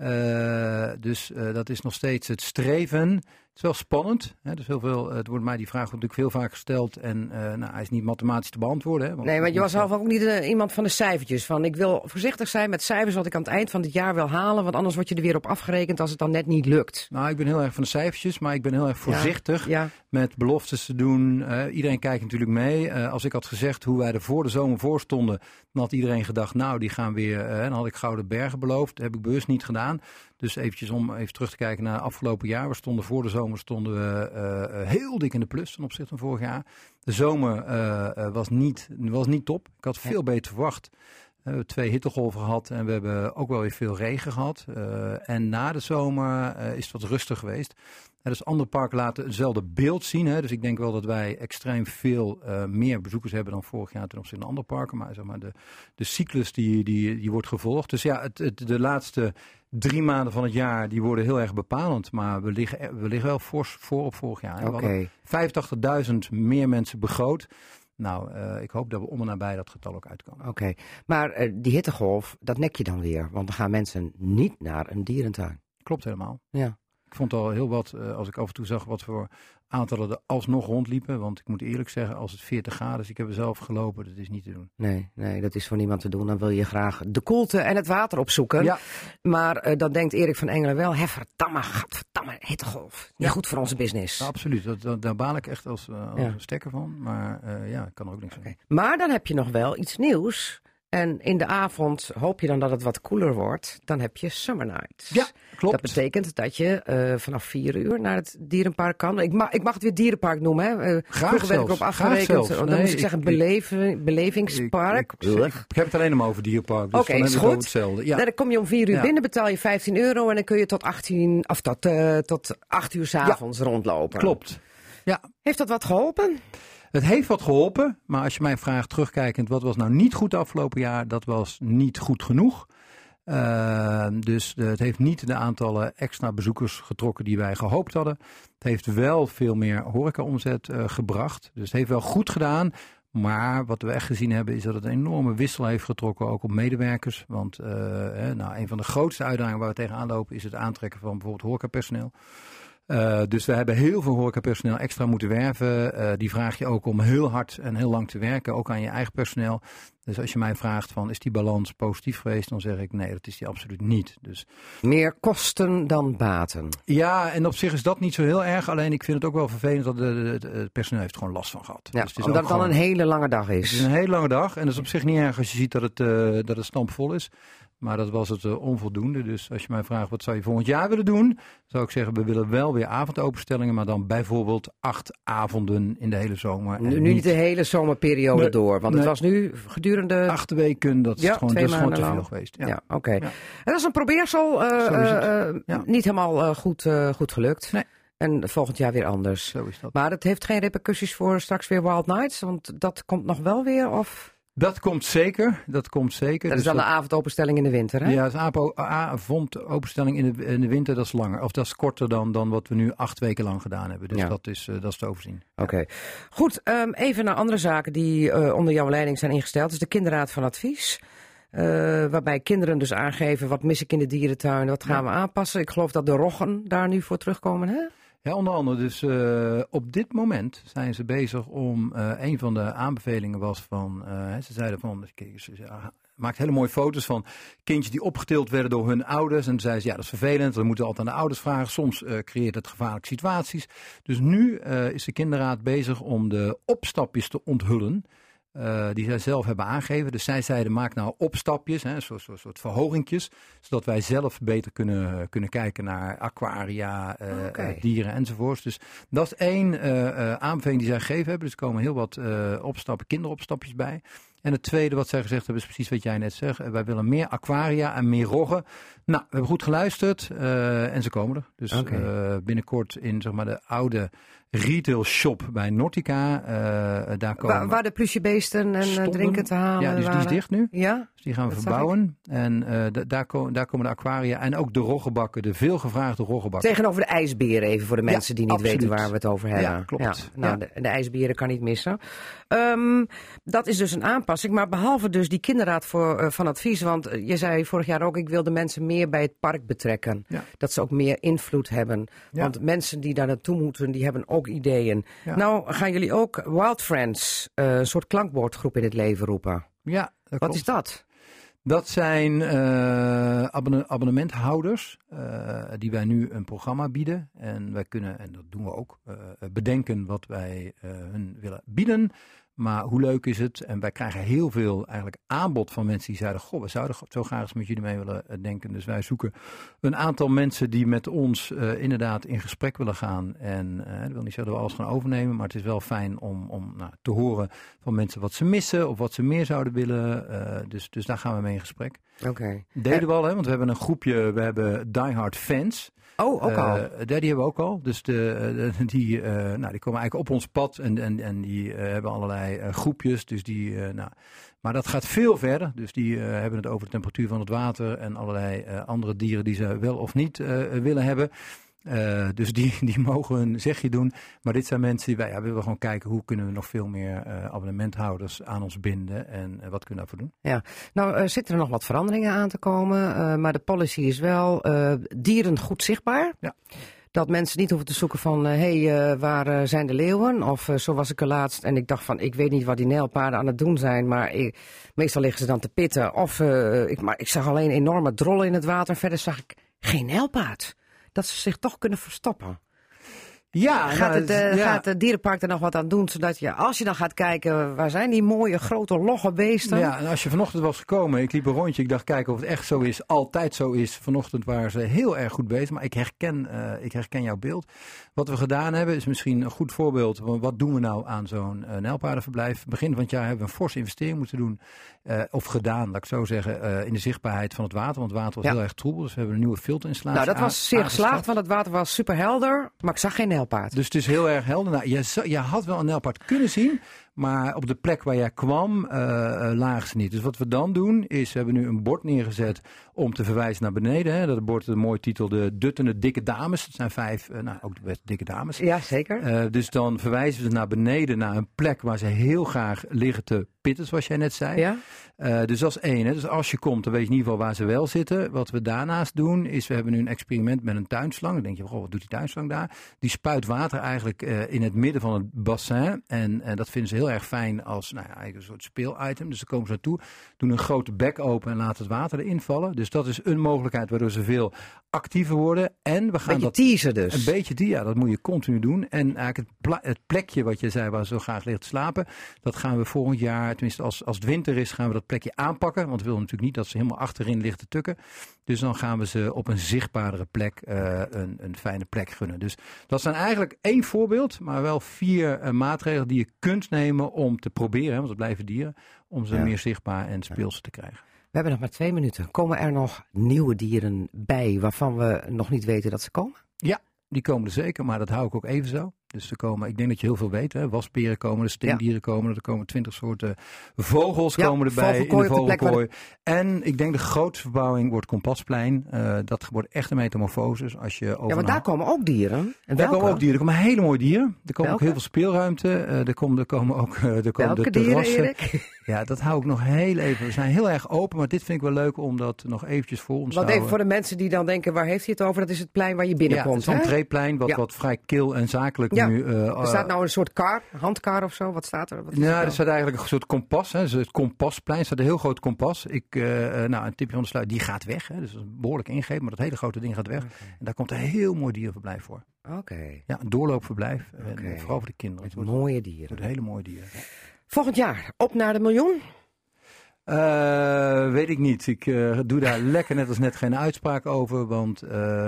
G: Dus dat is nog steeds het streven. Het is wel spannend. Hè? Dus heel veel, het wordt mij die vraag natuurlijk veel vaker gesteld. En hij is niet mathematisch te beantwoorden. Hè?
A: Nee, maar je was zelf ook niet iemand van de cijfertjes. Van ik wil voorzichtig zijn met cijfers wat ik aan het eind van dit jaar wil halen. Want anders word je er weer op afgerekend als het dan net niet lukt.
G: Nou, ik ben heel erg van de cijfertjes. Maar ik ben heel erg voorzichtig met beloftes te doen. Iedereen kijkt natuurlijk mee. Als ik had gezegd hoe wij er voor de zomer voor stonden. Dan had iedereen gedacht, nou die gaan weer. Dan had ik Gouden Bergen beloofd. Dat heb ik bewust niet gedaan. Dus eventjes om even terug te kijken naar afgelopen jaar. We stonden voor de zomer heel dik in de plus ten opzichte van vorig jaar. De zomer was niet top. Ik had veel beter verwacht. We hebben 2 hittegolven gehad en we hebben ook wel weer veel regen gehad. En na de zomer is het wat rustig geweest. Dus andere parken laten hetzelfde beeld zien. Hè. Dus ik denk wel dat wij extreem veel meer bezoekers hebben dan vorig jaar ten opzichte van andere parken. Maar zeg maar de cyclus die wordt gevolgd. Dus ja, de laatste 3 maanden van het jaar die worden heel erg bepalend. Maar we liggen wel fors voor op vorig jaar.
A: Okay.
G: We hadden 85.000 meer mensen begroot. Nou, ik hoop dat we om en nabij dat getal ook uitkomen.
A: Oké. Maar die hittegolf, dat nek je dan weer. Want dan gaan mensen niet naar een dierentuin.
G: Klopt helemaal.
A: Ja.
G: Ik vond al heel wat, als ik af en toe zag wat voor aantallen er alsnog rondliepen. Want ik moet eerlijk zeggen, als het 40 graden is, ik heb er zelf gelopen, dat is niet te doen.
A: Nee, dat is voor niemand te doen. Dan wil je graag de koelte en het water opzoeken. Ja. Maar dan denkt Erik van Engelen wel, verdamme, hittegolf. Niet goed voor onze business.
G: Ja, absoluut, daar baal ik echt als een stekker van. Maar ik kan er ook niks van.
A: Maar dan heb je nog wel iets nieuws. En in de avond hoop je dan dat het wat koeler wordt. Dan heb je Summer Nights.
G: Ja, klopt.
A: Dat betekent dat je vanaf 4 uur naar het dierenpark kan. Ik mag het weer dierenpark noemen. Hè.
G: Graag
A: werd ik op afgerekend. Dan moest ik zeggen belevingspark.
G: Ik heb het alleen maar over dierpark. Dus
A: Oké, is goed.
G: Hetzelfde. Ja.
A: Dan kom je om 4 uur binnen, betaal je €15 en dan kun je tot 8 uur 's avonds rondlopen.
G: Klopt. Ja.
A: Heeft dat wat geholpen?
G: Het heeft wat geholpen, maar als je mij vraagt terugkijkend, wat was nou niet goed afgelopen jaar, dat was niet goed genoeg. Dus het heeft niet de aantallen extra bezoekers getrokken die wij gehoopt hadden. Het heeft wel veel meer horecaomzet gebracht. Dus het heeft wel goed gedaan, Maar wat we echt gezien hebben is dat het een enorme wissel heeft getrokken, ook op medewerkers. Want een van de grootste uitdagingen waar we tegenaan lopen is het aantrekken van bijvoorbeeld horecapersoneel. Dus we hebben heel veel horecapersoneel extra moeten werven. Die vraag je ook om heel hard en heel lang te werken, ook aan je eigen personeel. Dus als je mij vraagt van is die balans positief geweest, dan zeg ik nee, dat is die absoluut niet. Dus
A: meer kosten dan baten.
G: Ja, en op zich is dat niet zo heel erg. Alleen ik vind het ook wel vervelend dat het personeel heeft gewoon last van gehad.
A: Ja,
G: dus het is
A: omdat het dan een hele lange dag is.
G: Het is een hele lange dag en dat is op zich niet erg als je ziet dat het stampvol is. Maar dat was het onvoldoende. Dus als je mij vraagt wat zou je volgend jaar willen doen, zou ik zeggen we willen wel weer avondopenstellingen, maar dan bijvoorbeeld 8 avonden in de hele zomer.
A: Nu niet de hele zomerperiode door, want het was nu gedurende
G: 8 weken, dat is gewoon te veel geweest.
A: Ja, oké. En dat is een probeersel, niet helemaal goed gelukt. Nee. En volgend jaar weer anders.
G: Zo is dat.
A: Maar het heeft geen repercussies voor straks weer Wild Nights, want dat komt nog wel weer, of?
G: Dat komt zeker. Dat
A: is dan de avondopenstelling in de winter, hè?
G: Ja, de avondopenstelling in de winter, dat is langer. Of dat is korter dan wat we nu 8 weken lang gedaan hebben. Dus dat is te overzien.
A: Oké. Goed, even naar andere zaken die onder jouw leiding zijn ingesteld. Dat is de kinderraad van advies. Waarbij kinderen dus aangeven, wat mis ik in de dierentuin, wat gaan we aanpassen. Ik geloof dat de roggen daar nu voor terugkomen, hè?
G: Ja, onder andere. Dus op dit moment zijn ze bezig om, een van de aanbevelingen was van, ze zeiden van, maakt hele mooie foto's van kindjes die opgetild werden door hun ouders. En toen zeiden ze, ja, dat is vervelend, we moeten altijd aan de ouders vragen. Soms creëert het gevaarlijke situaties. Dus nu is de kinderraad bezig om de opstapjes te onthullen. Die zij zelf hebben aangegeven. Dus zij zeiden, maak nou opstapjes, een soort verhogingjes, zodat wij zelf beter kunnen kijken naar aquaria, dieren enzovoorts. Dus dat is één aanbeveling die zij gegeven hebben. Dus er komen heel wat kinderopstapjes bij. En het tweede wat zij gezegd hebben is precies wat jij net zegt. Wij willen meer aquaria en meer roggen. Nou, we hebben goed geluisterd en ze komen er. Dus binnenkort in zeg maar de oude retail shop bij Nautica. Daar komen
A: waar de plusjebeesten en drinken te halen
G: ja, dus
A: waren.
G: Die is dicht nu.
A: Ja?
G: Dus die gaan we verbouwen. En daar komen de aquaria en ook de roggenbakken, de veelgevraagde roggenbakken.
A: Tegenover de ijsberen even voor de mensen die niet weten waar we het over hebben.
G: Ja, klopt.
A: Ja, nou, de ijsberen kan niet missen. Dat is dus een aanpassing. Maar behalve dus die kinderraad van advies. Want je zei vorig jaar ook, ik wil de mensen meer bij het park betrekken. Ja. Dat ze ook meer invloed hebben. Ja. Want mensen die daar naartoe moeten, die hebben ook ideeën. Ja. Nou gaan jullie ook Wild Friends, een soort klankbordgroep in het leven roepen.
G: Ja, dat
A: Wat is dat?
G: Dat zijn abonnementhouders die wij nu een programma bieden. En wij kunnen, en dat doen we ook, bedenken wat wij hun willen bieden. Maar hoe leuk is het? En wij krijgen heel veel eigenlijk aanbod van mensen die zeiden, goh, we zouden zo graag eens met jullie mee willen denken. Dus wij zoeken een aantal mensen die met ons inderdaad in gesprek willen gaan. En dat wil niet zeggen dat we alles gaan overnemen, maar het is wel fijn om te horen van mensen wat ze missen of wat ze meer zouden willen. Dus daar gaan we mee in gesprek.
A: Oké.
G: Deden we al, hè? Want we hebben een groepje, we hebben Die Hard Fans.
A: Oh, ook al?
G: Die hebben we ook al. Dus die komen eigenlijk op ons pad en die hebben allerlei groepjes. Dus maar dat gaat veel verder. Dus die hebben het over de temperatuur van het water en allerlei andere dieren die ze wel of niet willen hebben. Dus die mogen hun zegje doen. Maar dit zijn mensen die wij willen gewoon kijken hoe kunnen we nog veel meer abonnementhouders aan ons binden. En wat kunnen we daarvoor doen? Ja,
A: nou zitten er nog wat veranderingen aan te komen. Maar de policy is wel dieren goed zichtbaar. Ja. Dat mensen niet hoeven te zoeken van, waar zijn de leeuwen? Of zo was ik er laatst en ik dacht van, ik weet niet wat die nijlpaarden aan het doen zijn. Maar meestal liggen ze dan te pitten. Of ik zag alleen enorme drollen in het water. En verder zag ik geen nijlpaard. Dat ze zich toch kunnen verstoppen.
G: Ja,
A: gaat het dierenpark er nog wat aan doen, zodat als je dan gaat kijken, waar zijn die mooie, grote, logge beesten?
G: Ja, en als je vanochtend was gekomen, ik liep een rondje, ik dacht kijken of het echt zo is, altijd zo is. Vanochtend waren ze heel erg goed bezig, maar ik herken jouw beeld. Wat we gedaan hebben is misschien een goed voorbeeld. Wat doen we nou aan zo'n nijlpaardenverblijf? Begin van het jaar hebben we een forse investering moeten doen. Of gedaan, laat ik zo zeggen, in de zichtbaarheid van het water. Want het water was heel erg troebel, dus we hebben een nieuwe filterinstallatie.
A: Nou, dat was zeer geslaagd, want het water was super helder, maar ik zag geen nijlpaard.
G: Dus het is heel erg helder. Nou, je had wel een nijlpaard kunnen zien, Maar op de plek waar jij kwam, lagen ze niet. Dus wat we dan doen, is we hebben nu een bord neergezet om te verwijzen naar beneden. Hè. Dat bord, een mooie titel, de duttende dikke dames. Dat zijn 5, ook de best dikke dames.
A: Ja, zeker.
G: Dus dan verwijzen we naar beneden, naar een plek waar ze heel graag liggen te pitten, zoals jij net zei.
A: Ja?
G: Dus dat is 1. Hè. Dus als je komt, dan weet je in ieder geval waar ze wel zitten. Wat we daarnaast doen, is we hebben nu een experiment met een tuinslang. Dan denk je, wat doet die tuinslang daar? Die spuit water eigenlijk in het midden van het bassin. En dat vinden ze heel erg fijn als eigenlijk een soort speelitem. Dus dan komen ze naartoe, doen een grote bek open en laten het water erin vallen. Dus dat is een mogelijkheid waardoor ze veel actiever worden. En we gaan
A: teasen dus.
G: Een beetje teasen, dat moet je continu doen. En eigenlijk het plekje wat je zei waar ze zo graag liggen te slapen, dat gaan we volgend jaar, tenminste als het winter is, gaan we dat plekje aanpakken. Want we willen natuurlijk niet dat ze helemaal achterin liggen te tukken. Dus dan gaan we ze op een zichtbaardere plek een fijne plek gunnen. Dus dat zijn eigenlijk 1 voorbeeld, maar wel 4 maatregelen die je kunt nemen om te proberen, want het blijven dieren, om ze meer zichtbaar en speelse te krijgen.
A: We hebben nog maar 2 minuten. Komen er nog nieuwe dieren bij waarvan we nog niet weten dat ze komen?
G: Ja, die komen er zeker, maar dat hou ik ook even zo. Dus er komen, ik denk dat je heel veel weet, hè? Wasperen komen, de stinkdieren komen, er komen 20 soorten vogels komen erbij in de vogelkooi. En ik denk de grootste verbouwing wordt Kompasplein. Dat wordt echt een metamorfose. Dus als je
A: maar daar komen ook dieren. En
G: daar komen ook dieren. Er komen hele mooie dieren. Er komen ook heel veel speelruimte. Er komen ook de terrassen.
A: Erik?
G: Ja, dat hou ik nog heel even. We zijn heel erg open, maar dit vind ik wel leuk om dat nog eventjes voor ons te houden.
A: Want even voor de mensen die dan denken, waar heeft hij het over? Dat is het plein waar je binnenkomt.
G: Ja, het is een entreeplein, wat vrij kil en zakelijk nu...
A: er staat nou een soort handkar of zo? Wat staat er?
G: Er staat eigenlijk een soort kompas. Hè. Dus het Kompasplein staat een heel groot kompas. Een tipje van de sluit, die gaat weg. Hè. Dus dat is een behoorlijk ingreep, maar dat hele grote ding gaat weg. Okay. En daar komt een heel mooi dierenverblijf voor.
A: Oké.
G: Ja, een doorloopverblijf. En vooral voor de kinderen.
A: Met mooie dieren.
G: Met hele mooie dieren.
A: Volgend jaar, op naar de miljoen?
G: Weet ik niet. Ik doe daar lekker net als net geen uitspraak over. Want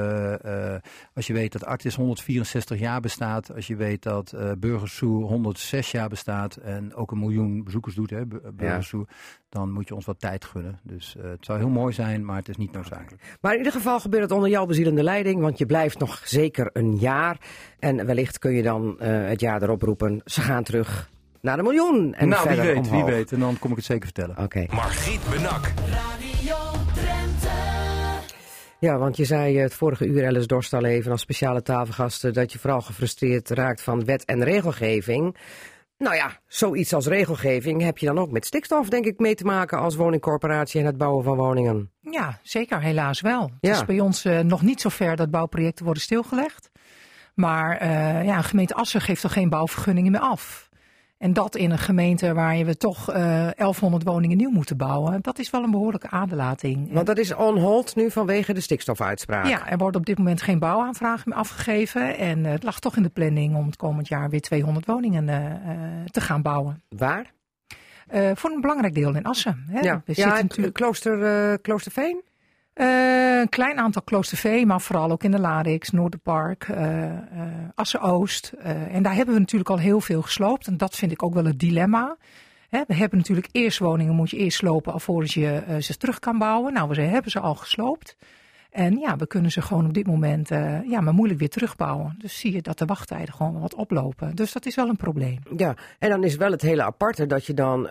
G: als je weet dat Artis 164 jaar bestaat. Als je weet dat Burgerszoo 106 jaar bestaat. En ook 1 miljoen bezoekers doet, hè, Burgerszoo. Dan moet je ons wat tijd gunnen. Dus het zou heel mooi zijn, maar het is niet noodzakelijk.
A: Maar in ieder geval gebeurt het onder jouw bezielende leiding. Want je blijft nog zeker een jaar. En wellicht kun je dan het jaar erop roepen. Ze gaan terug naar de miljoen. En
G: wie weet. En dan kom ik het zeker vertellen.
A: Okay.
B: Margriet Benak. Radio Drenthe.
A: Ja, want je zei het vorige uur, Alice Dorst, al even als speciale tafelgasten, dat je vooral gefrustreerd raakt van wet en regelgeving. Nou ja, zoiets als regelgeving heb je dan ook met stikstof, denk ik, mee te maken als woningcorporatie en het bouwen van woningen.
E: Ja, zeker. Helaas wel. Het is bij ons nog niet zo ver dat bouwprojecten worden stilgelegd. Maar gemeente Assen geeft toch geen bouwvergunningen meer af. En dat in een gemeente waar we toch 1100 woningen nieuw moeten bouwen. Dat is wel een behoorlijke aderlating.
A: Want dat is on hold nu vanwege de stikstofuitspraak.
E: Ja, er wordt op dit moment geen bouwaanvraag meer afgegeven. En het lag toch in de planning om het komend jaar weer 200 woningen te gaan bouwen.
A: Waar?
E: Voor een belangrijk deel in Assen. Hè.
A: Natuurlijk... Kloosterveen?
E: Een klein aantal Kloosterveen, maar vooral ook in de Larix, Noorderpark, Assen-Oost. En daar hebben we natuurlijk al heel veel gesloopt. En dat vind ik ook wel het dilemma. We hebben natuurlijk eerst woningen, moet je eerst slopen alvorens je ze terug kan bouwen. Nou, we hebben ze al gesloopt. En ja, we kunnen ze gewoon op dit moment maar moeilijk weer terugbouwen. Dus zie je dat de wachttijden gewoon wat oplopen. Dus dat is wel een probleem.
A: Ja, en dan is wel het hele aparte dat je dan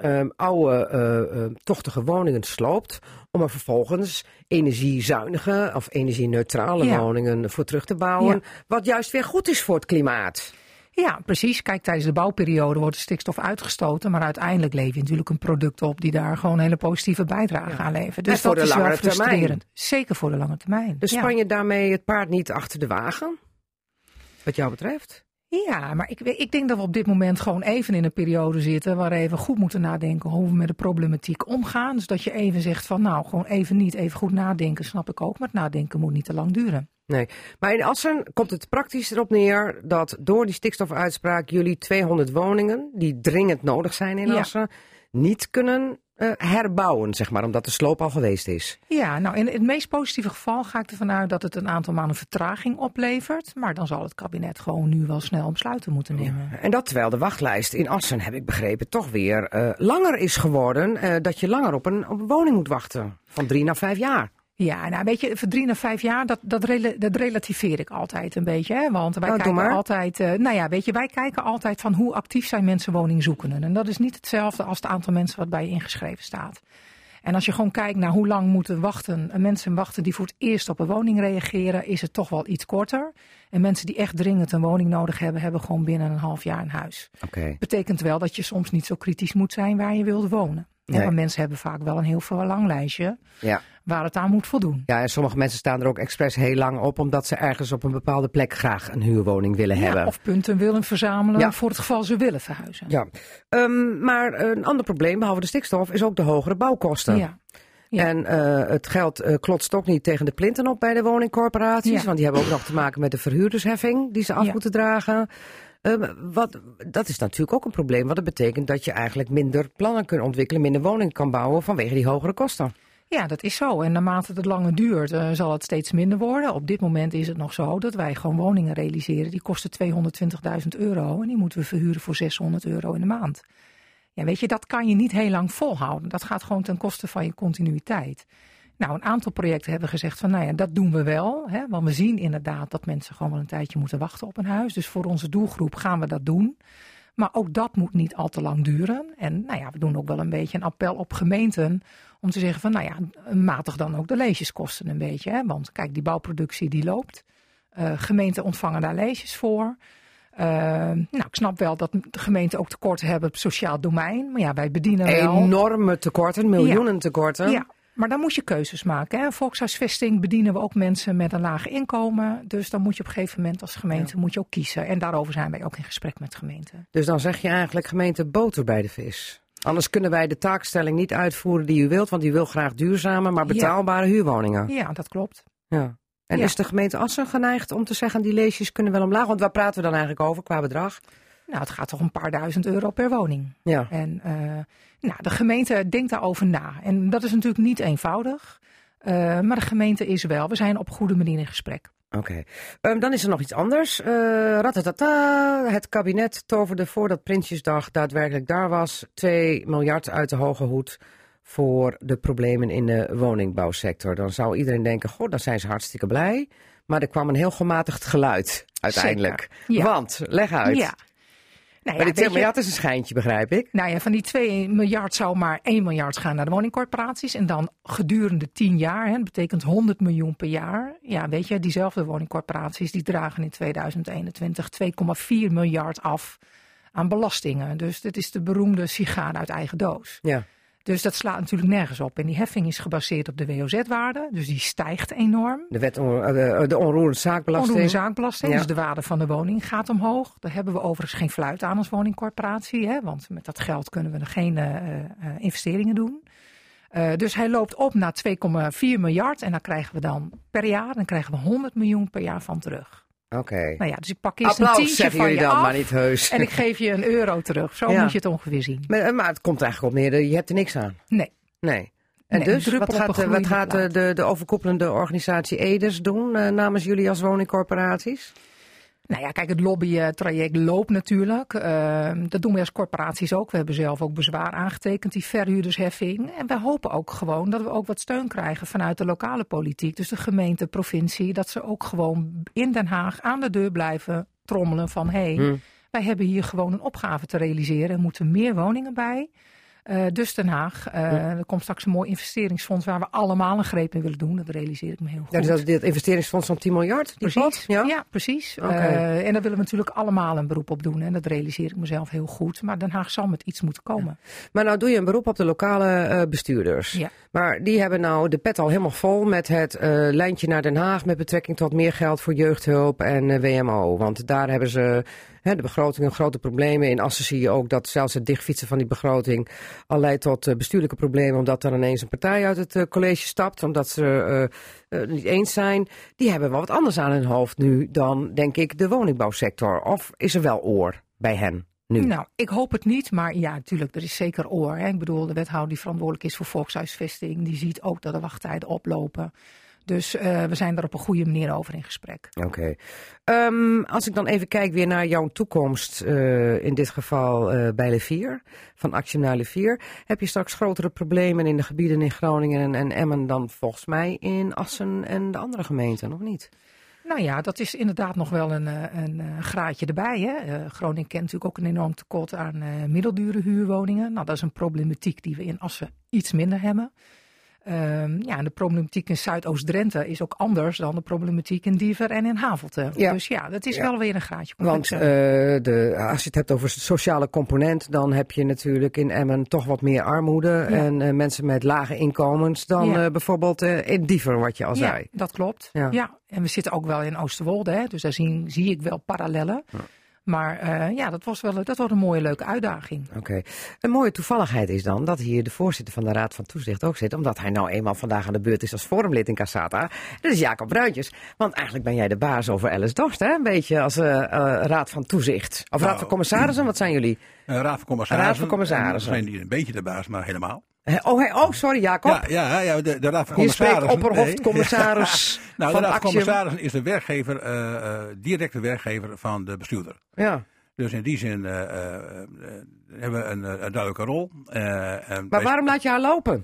A: oude tochtige woningen sloopt om er vervolgens energiezuinige of energie-neutrale woningen voor terug te bouwen. Ja. Wat juist weer goed is voor het klimaat.
E: Ja, precies. Kijk, tijdens de bouwperiode wordt de stikstof uitgestoten. Maar uiteindelijk lever je natuurlijk een product op die daar gewoon een hele positieve bijdrage aan levert. Dus dat is wel frustrerend. Termijn. Zeker voor de lange termijn.
A: Dus span je daarmee het paard niet achter de wagen? Wat jou betreft?
E: Ja, maar ik denk dat we op dit moment gewoon even in een periode zitten waar we even goed moeten nadenken hoe we met de problematiek omgaan. Dus dat je even zegt van gewoon even niet, even goed nadenken, snap ik ook. Maar het nadenken moet niet te lang duren.
A: Nee, maar in Assen komt het praktisch erop neer dat door die stikstofuitspraak jullie 200 woningen die dringend nodig zijn in Assen niet kunnen herbouwen, zeg maar, omdat de sloop al geweest is.
E: Ja, nou in het meest positieve geval ga ik ervan uit dat het een aantal maanden vertraging oplevert. Maar dan zal het kabinet gewoon nu wel snel besluiten moeten nemen.
A: Ja, en dat terwijl de wachtlijst in Assen, heb ik begrepen, toch weer langer is geworden. Dat je langer op een woning moet wachten. Van 3 naar 5 jaar.
E: Ja, nou weet je, voor 3 naar 5 jaar, dat relativeer ik altijd een beetje. Hè? Want wij kijken altijd, wij kijken altijd van hoe actief zijn mensen woningzoekenden. En dat is niet hetzelfde als het aantal mensen wat bij je ingeschreven staat. En als je gewoon kijkt naar hoe lang moeten mensen wachten die voor het eerst op een woning reageren, is het toch wel iets korter. En mensen die echt dringend een woning nodig hebben, hebben gewoon binnen een half jaar een huis. Betekent wel dat je soms niet zo kritisch moet zijn waar je wilt wonen. Nee. Maar mensen hebben vaak wel een heel lang lijstje waar het aan moet voldoen.
A: Ja, en sommige mensen staan er ook expres heel lang op, omdat ze ergens op een bepaalde plek graag een huurwoning willen hebben.
E: Of punten willen verzamelen voor het geval ze willen verhuizen.
A: Ja, maar een ander probleem, behalve de stikstof, is ook de hogere bouwkosten. Ja. En het geld klotst ook niet tegen de plinten op bij de woningcorporaties, want die hebben ook nog te maken met de verhuurdersheffing die ze af moeten dragen. Dat is natuurlijk ook een probleem. Want dat betekent dat je eigenlijk minder plannen kunt ontwikkelen, minder woningen kan bouwen vanwege die hogere kosten.
E: Ja, dat is zo. En naarmate het langer duurt, zal het steeds minder worden. Op dit moment is het nog zo dat wij gewoon woningen realiseren. Die kosten €220.000 en die moeten we verhuren voor €600 in de maand. Ja, weet je, dat kan je niet heel lang volhouden. Dat gaat gewoon ten koste van je continuïteit. Nou, een aantal projecten hebben gezegd van, dat doen we wel. Hè, want we zien inderdaad dat mensen gewoon wel een tijdje moeten wachten op een huis. Dus voor onze doelgroep gaan we dat doen. Maar ook dat moet niet al te lang duren. En we doen ook wel een beetje een appel op gemeenten om te zeggen van, matig dan ook de leeskosten een beetje. Hè? Want kijk, die bouwproductie die loopt. Gemeenten ontvangen daar leesjes voor. Ik snap wel dat de gemeenten ook tekorten hebben op sociaal domein. Maar wij bedienen wel
A: enorme tekorten, miljoenen tekorten.
E: Ja. Maar dan moet je keuzes maken. Hè. Volkshuisvesting bedienen we ook mensen met een laag inkomen. Dus dan moet je op een gegeven moment als gemeente moet je ook kiezen. En daarover zijn wij ook in gesprek met gemeenten.
A: Dus dan zeg je eigenlijk gemeente boter bij de vis. Anders kunnen wij de taakstelling niet uitvoeren die u wilt. Want u wil graag duurzame, maar betaalbare huurwoningen.
E: Ja, dat klopt.
A: Ja. En is de gemeente Assen geneigd om te zeggen die leesjes kunnen wel omlaag? Want waar praten we dan eigenlijk over qua bedrag?
E: Nou, het gaat toch een paar €1000 per woning.
A: Ja.
E: En de gemeente denkt daarover na. En dat is natuurlijk niet eenvoudig. Maar de gemeente is wel. We zijn op goede manier in gesprek.
A: Oké. Dan is er nog iets anders. Het kabinet toverde voordat Prinsjesdag daadwerkelijk daar was 2 miljard uit de hoge hoed voor de problemen in de woningbouwsector. Dan zou iedereen denken, goh, dan zijn ze hartstikke blij. Maar er kwam een heel gematigd geluid uiteindelijk.
E: Ja.
A: Want, leg uit.
E: Ja.
A: Maar die 2 miljard is een schijntje, begrijp ik.
E: Van die 2 miljard zou maar 1 miljard gaan naar de woningcorporaties. En dan gedurende 10 jaar, dat betekent 100 miljoen per jaar. Ja, weet je, diezelfde woningcorporaties die dragen in 2021 2,4 miljard af aan belastingen. Dus dit is de beroemde sigaar uit eigen doos. Ja. Dus dat slaat natuurlijk nergens op. En die heffing is gebaseerd op de WOZ-waarde. Dus die stijgt enorm.
A: De onroerende zaakbelasting.
E: Onroerende zaakbelasting, dus de waarde van de woning gaat omhoog. Daar hebben we overigens geen fluit aan als woningcorporatie. Hè, want met dat geld kunnen we geen investeringen doen. Dus hij loopt op naar 2,4 miljard. En dan krijgen we dan per jaar, dan krijgen we 100 miljoen per jaar van terug.
A: Oké.
E: Dus ik pak eerst een tientje van je af
A: maar niet heus.
E: En ik geef je €1 terug. Zo moet je het ongeveer zien.
A: Maar het komt eigenlijk op neer, je hebt er niks aan. Nee. En dus, wat gaat de overkoepelende organisatie EDES doen namens jullie als woningcorporaties?
E: Kijk, het lobbytraject loopt natuurlijk. Dat doen we als corporaties ook. We hebben zelf ook bezwaar aangetekend, die verhuurdersheffing. En wij hopen ook gewoon dat we ook wat steun krijgen vanuit de lokale politiek. Dus de gemeente, provincie, dat ze ook gewoon in Den Haag aan de deur blijven trommelen van wij hebben hier gewoon een opgave te realiseren. Er moeten meer woningen bij. Dus Den Haag, er komt straks een mooi investeringsfonds waar we allemaal een greep in willen doen. Dat realiseer ik me heel goed.
A: Ja, dus dat is dit investeringsfonds van 10 miljard?
E: Precies, ja, precies. Okay. En daar willen we natuurlijk allemaal een beroep op doen. En dat realiseer ik mezelf heel goed. Maar Den Haag zal met iets moeten komen.
A: Ja. Maar nou doe je een beroep op de lokale bestuurders. Ja. Maar die hebben nou de pet al helemaal vol met het lijntje naar Den Haag met betrekking tot meer geld voor jeugdhulp en WMO. Want daar hebben ze de begroting grote problemen. In Assen zie je ook dat zelfs het dichtfietsen van die begroting al leidt tot bestuurlijke problemen. Omdat er ineens een partij uit het college stapt. Omdat ze niet eens zijn. Die hebben wel wat anders aan hun hoofd nu dan, denk ik, de woningbouwsector. Of is er wel oor bij hen nu?
E: Nou, ik hoop het niet. Maar ja, natuurlijk, er is zeker oor. Hè. Ik bedoel, de wethouder die verantwoordelijk is voor volkshuisvesting. Die ziet ook dat de wachttijden oplopen. Dus we zijn daar op een goede manier over in gesprek.
A: Oké. Als ik dan even kijk weer naar jouw toekomst, in dit geval bij Levier, van Axium naar Levier. Heb je straks grotere problemen in de gebieden in Groningen en Emmen dan volgens mij in Assen en de andere gemeenten, of niet?
E: Nou ja, dat is inderdaad nog wel een graadje erbij. Hè. Groningen kent natuurlijk ook een enorm tekort aan middeldure huurwoningen. Nou, dat is een problematiek die we in Assen iets minder hebben. En de problematiek in Zuidoost-Drenthe is ook anders dan de problematiek in Diever en in Havelte. Ja. Dus ja, dat is wel weer een graadje.
A: Want als je het hebt over sociale component, dan heb je natuurlijk in Emmen toch wat meer armoede en mensen met lage inkomens dan bijvoorbeeld in Diever, wat je al zei.
E: Ja, dat klopt. Ja, en we zitten ook wel in Oosterwolde, hè, dus daar zie ik wel parallellen. Ja. Maar dat wordt een mooie, leuke uitdaging.
A: Oké. Een mooie toevalligheid is dan dat hier de voorzitter van de Raad van Toezicht ook zit. Omdat hij nou eenmaal vandaag aan de beurt is als forumlid in Cassata. Dat is Jacob Bruintjes. Want eigenlijk ben jij de baas over Alice Dorst, hè? Een beetje als Raad van Toezicht. Of Raad van Commissarissen, wat zijn jullie?
F: Raad van Commissarissen.
A: Raad van Commissarissen.
F: We zijn hier een beetje de baas, maar helemaal.
A: Sorry Jacob.
F: Ja, de Raad van Commissarissen.
A: Je spreekt opperhoofdcommissaris
F: nou,
A: van
F: de Raad van
A: Axium.
F: Commissarissen is de werkgever, directe werkgever van de bestuurder.
A: Ja.
F: Dus in die zin hebben we een duidelijke rol.
A: Maar waarom laat je haar lopen?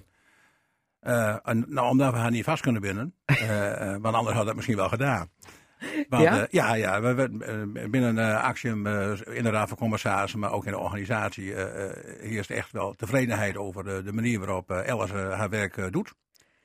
F: Omdat we haar niet vast kunnen binden. Want anders had dat misschien wel gedaan. Want, we binnen Axium in de Raad van Commissarissen, maar ook in de organisatie, heerst echt wel tevredenheid over de manier waarop Alice haar werk doet.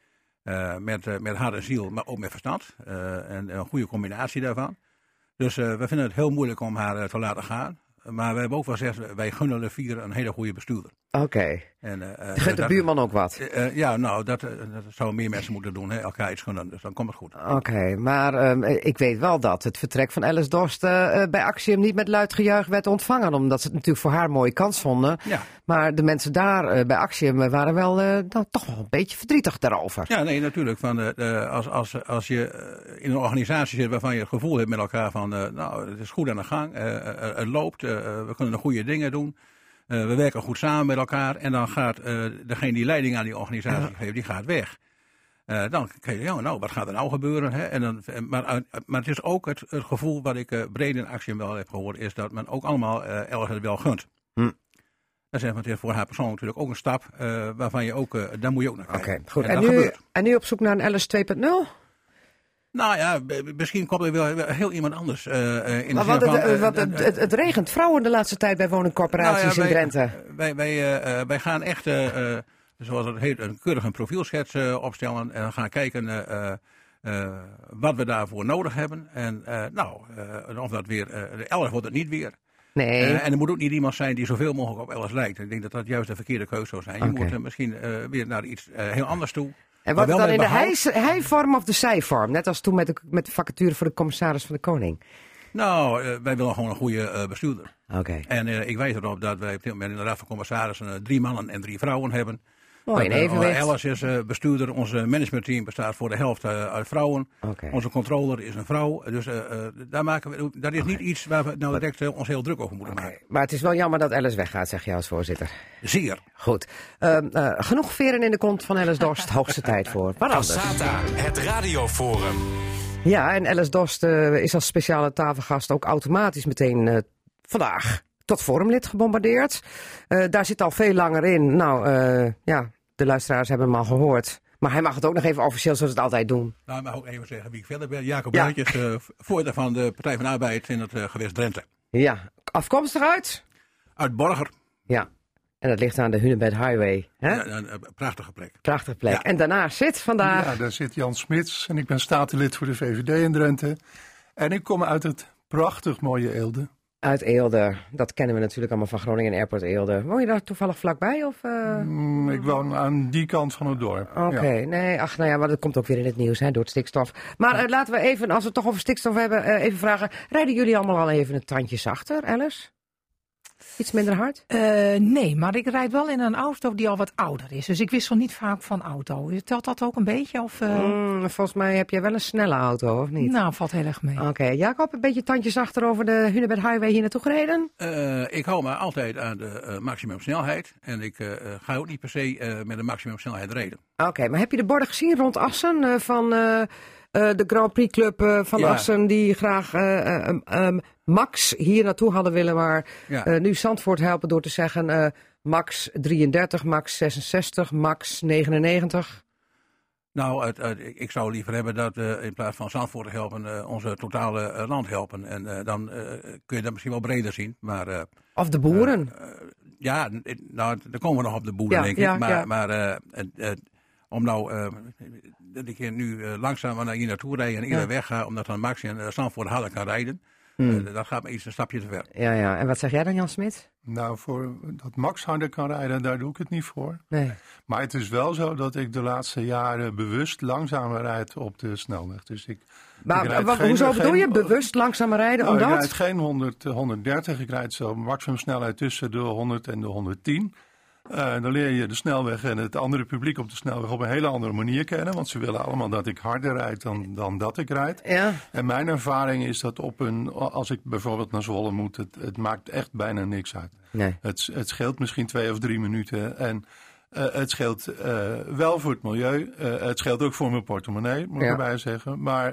F: Met hart en ziel, maar ook met verstand. En een goede combinatie daarvan. Dus we vinden het heel moeilijk om haar te laten gaan. Maar we hebben ook wel gezegd, wij gunnen Levier een hele goede bestuurder.
A: Oké. Gunt de buurman ook wat?
F: Dat zouden meer mensen moeten doen. Hè? Elkaar iets gunnen, dus dan komt het goed.
A: Oké, maar ik weet wel dat het vertrek van Alice Dorst bij Axium niet met luid gejuich werd ontvangen. Omdat ze het natuurlijk voor haar een mooie kans vonden. Ja. Maar de mensen daar bij Axium waren wel toch wel een beetje verdrietig daarover.
F: Ja, nee, natuurlijk. Als je in een organisatie zit waarvan je het gevoel hebt met elkaar van, het is goed aan de gang, het loopt, we kunnen de goede dingen doen. We werken goed samen met elkaar en dan gaat degene die leiding aan die organisatie geeft, die gaat weg. Dan krijg je, wat gaat er nou gebeuren? Hè? En maar het is ook het gevoel wat ik breed in Axium wel heb gehoord, is dat men ook allemaal Alice het wel gunt. Dat is het voor haar persoon natuurlijk ook een stap waarvan je ook, daar moet je ook naar kijken.
A: Oké, goed. En nu op zoek naar een Alice 2.0?
F: Nou ja, misschien komt er wel heel iemand anders in de
A: het regent vrouwen de laatste tijd bij woningcorporaties in Drenthe.
F: Wij gaan echt, zoals het heet, een profielschets opstellen. En dan gaan kijken wat we daarvoor nodig hebben. En of dat weer, Alice wordt het niet weer.
A: Nee.
F: En er moet ook niet iemand zijn die zoveel mogelijk op Alice lijkt. Ik denk dat dat juist de verkeerde keuze zou zijn. Je moet misschien weer naar iets heel anders toe.
A: En wat dan in de hij-vorm of de zij-vorm? Net als toen met de vacature voor de commissaris van de Koning.
F: Nou, wij willen gewoon een goede bestuurder.
A: Oké.
F: En ik wijs erop dat wij op dit moment in de Raad van Commissarissen 3 mannen en 3 vrouwen hebben.
A: Mooi, in evenwicht.
F: Alice is bestuurder. Ons managementteam bestaat voor de helft uit vrouwen.
A: Okay.
F: Onze controller is een vrouw. Dus dat is niet iets waar we nou direct ons heel druk over moeten maken.
A: Maar het is wel jammer dat Alice weggaat, zeg je als voorzitter.
F: Zeer.
A: Goed. Genoeg veren in de kont van Alice Dorst. Hoogste tijd voor. Wat anders.
B: Cassata, het radioforum.
A: Ja, en Alice Dorst is als speciale tafelgast ook automatisch meteen vandaag tot forumlid gebombardeerd. Daar zit al veel langer in. Nou, de luisteraars hebben hem al gehoord. Maar hij mag het ook nog even officieel zoals we het altijd doen.
F: Nou, ik mag ook even zeggen wie ik verder ben. Jacob Bruintjes, voorzitter van de Partij van de Arbeid in het gewest Drenthe.
A: Ja, afkomstig uit?
F: Uit Borger.
A: Ja, en dat ligt aan de Hunebed Highway. Hè?
F: Ja, een prachtige plek.
A: Prachtige plek. Ja. En daarnaast zit vandaag...
H: Ja, daar zit Jan Smits en ik ben statenlid voor de VVD in Drenthe. En ik kom uit het prachtig mooie Eelde.
A: Uit Eelde. Dat kennen we natuurlijk allemaal van Groningen Airport Eelde. Woon je daar toevallig vlakbij? Of,
H: ik woon aan die kant van het dorp.
A: Oké, nee, maar dat komt ook weer in het nieuws door het stikstof. Maar laten we even, als we het toch over stikstof hebben, even vragen. Rijden jullie allemaal al even een tandje zachter, Alice? Iets minder hard?
E: Nee, maar ik rijd wel in een auto die al wat ouder is. Dus ik wissel niet vaak van auto. Telt dat ook een beetje? Of,
A: Volgens mij heb jij wel een snelle auto, of niet?
E: Nou, valt heel erg mee.
A: Oké, Jacob, een beetje tandjes achter over de Hunebed Highway hier naartoe gereden?
F: Ik hou me altijd aan de maximumsnelheid. En ik ga ook niet per se met de maximumsnelheid rijden.
A: Oké, maar heb je de borden gezien rond Assen van de Grand Prix Club van Assen, die graag max hier naartoe hadden willen, maar nu Zandvoort helpen door te zeggen max 33, max 66, max 99?
F: Nou, ik zou liever hebben dat in plaats van Zandvoort te helpen, onze totale land helpen. En dan kun je dat misschien wel breder zien. Maar,
A: of de boeren?
F: Nou, dan komen we nog op de boeren, denk ik. Maar om nou dat ik nu langzaam naar hier naartoe rijd en ieder weg ga, omdat dan Max en Zandvoort harder kan rijden, dat gaat me iets een stapje te ver.
A: Ja. En wat zeg jij dan, Jan Smit?
H: Nou, voor dat Max harder kan rijden, daar doe ik het niet voor.
A: Nee.
H: Maar het is wel zo dat ik de laatste jaren bewust langzamer rijd op de snelweg. Dus
A: hoezo bedoel je bewust langzamer rijden?
H: Nou,
A: omdat?
H: ik rijd geen 130, ik rijd zo maximumsnelheid tussen de 100 en de 110. Dan leer je de snelweg en het andere publiek op de snelweg op een hele andere manier kennen. Want ze willen allemaal dat ik harder rijd dan dat ik rijd. Ja. En mijn ervaring is dat als ik bijvoorbeeld naar Zwolle moet, het maakt echt bijna niks uit. Nee. Het scheelt misschien 2 of 3 minuten. En het scheelt wel voor het milieu. Het scheelt ook voor mijn portemonnee, moet ik erbij zeggen. Maar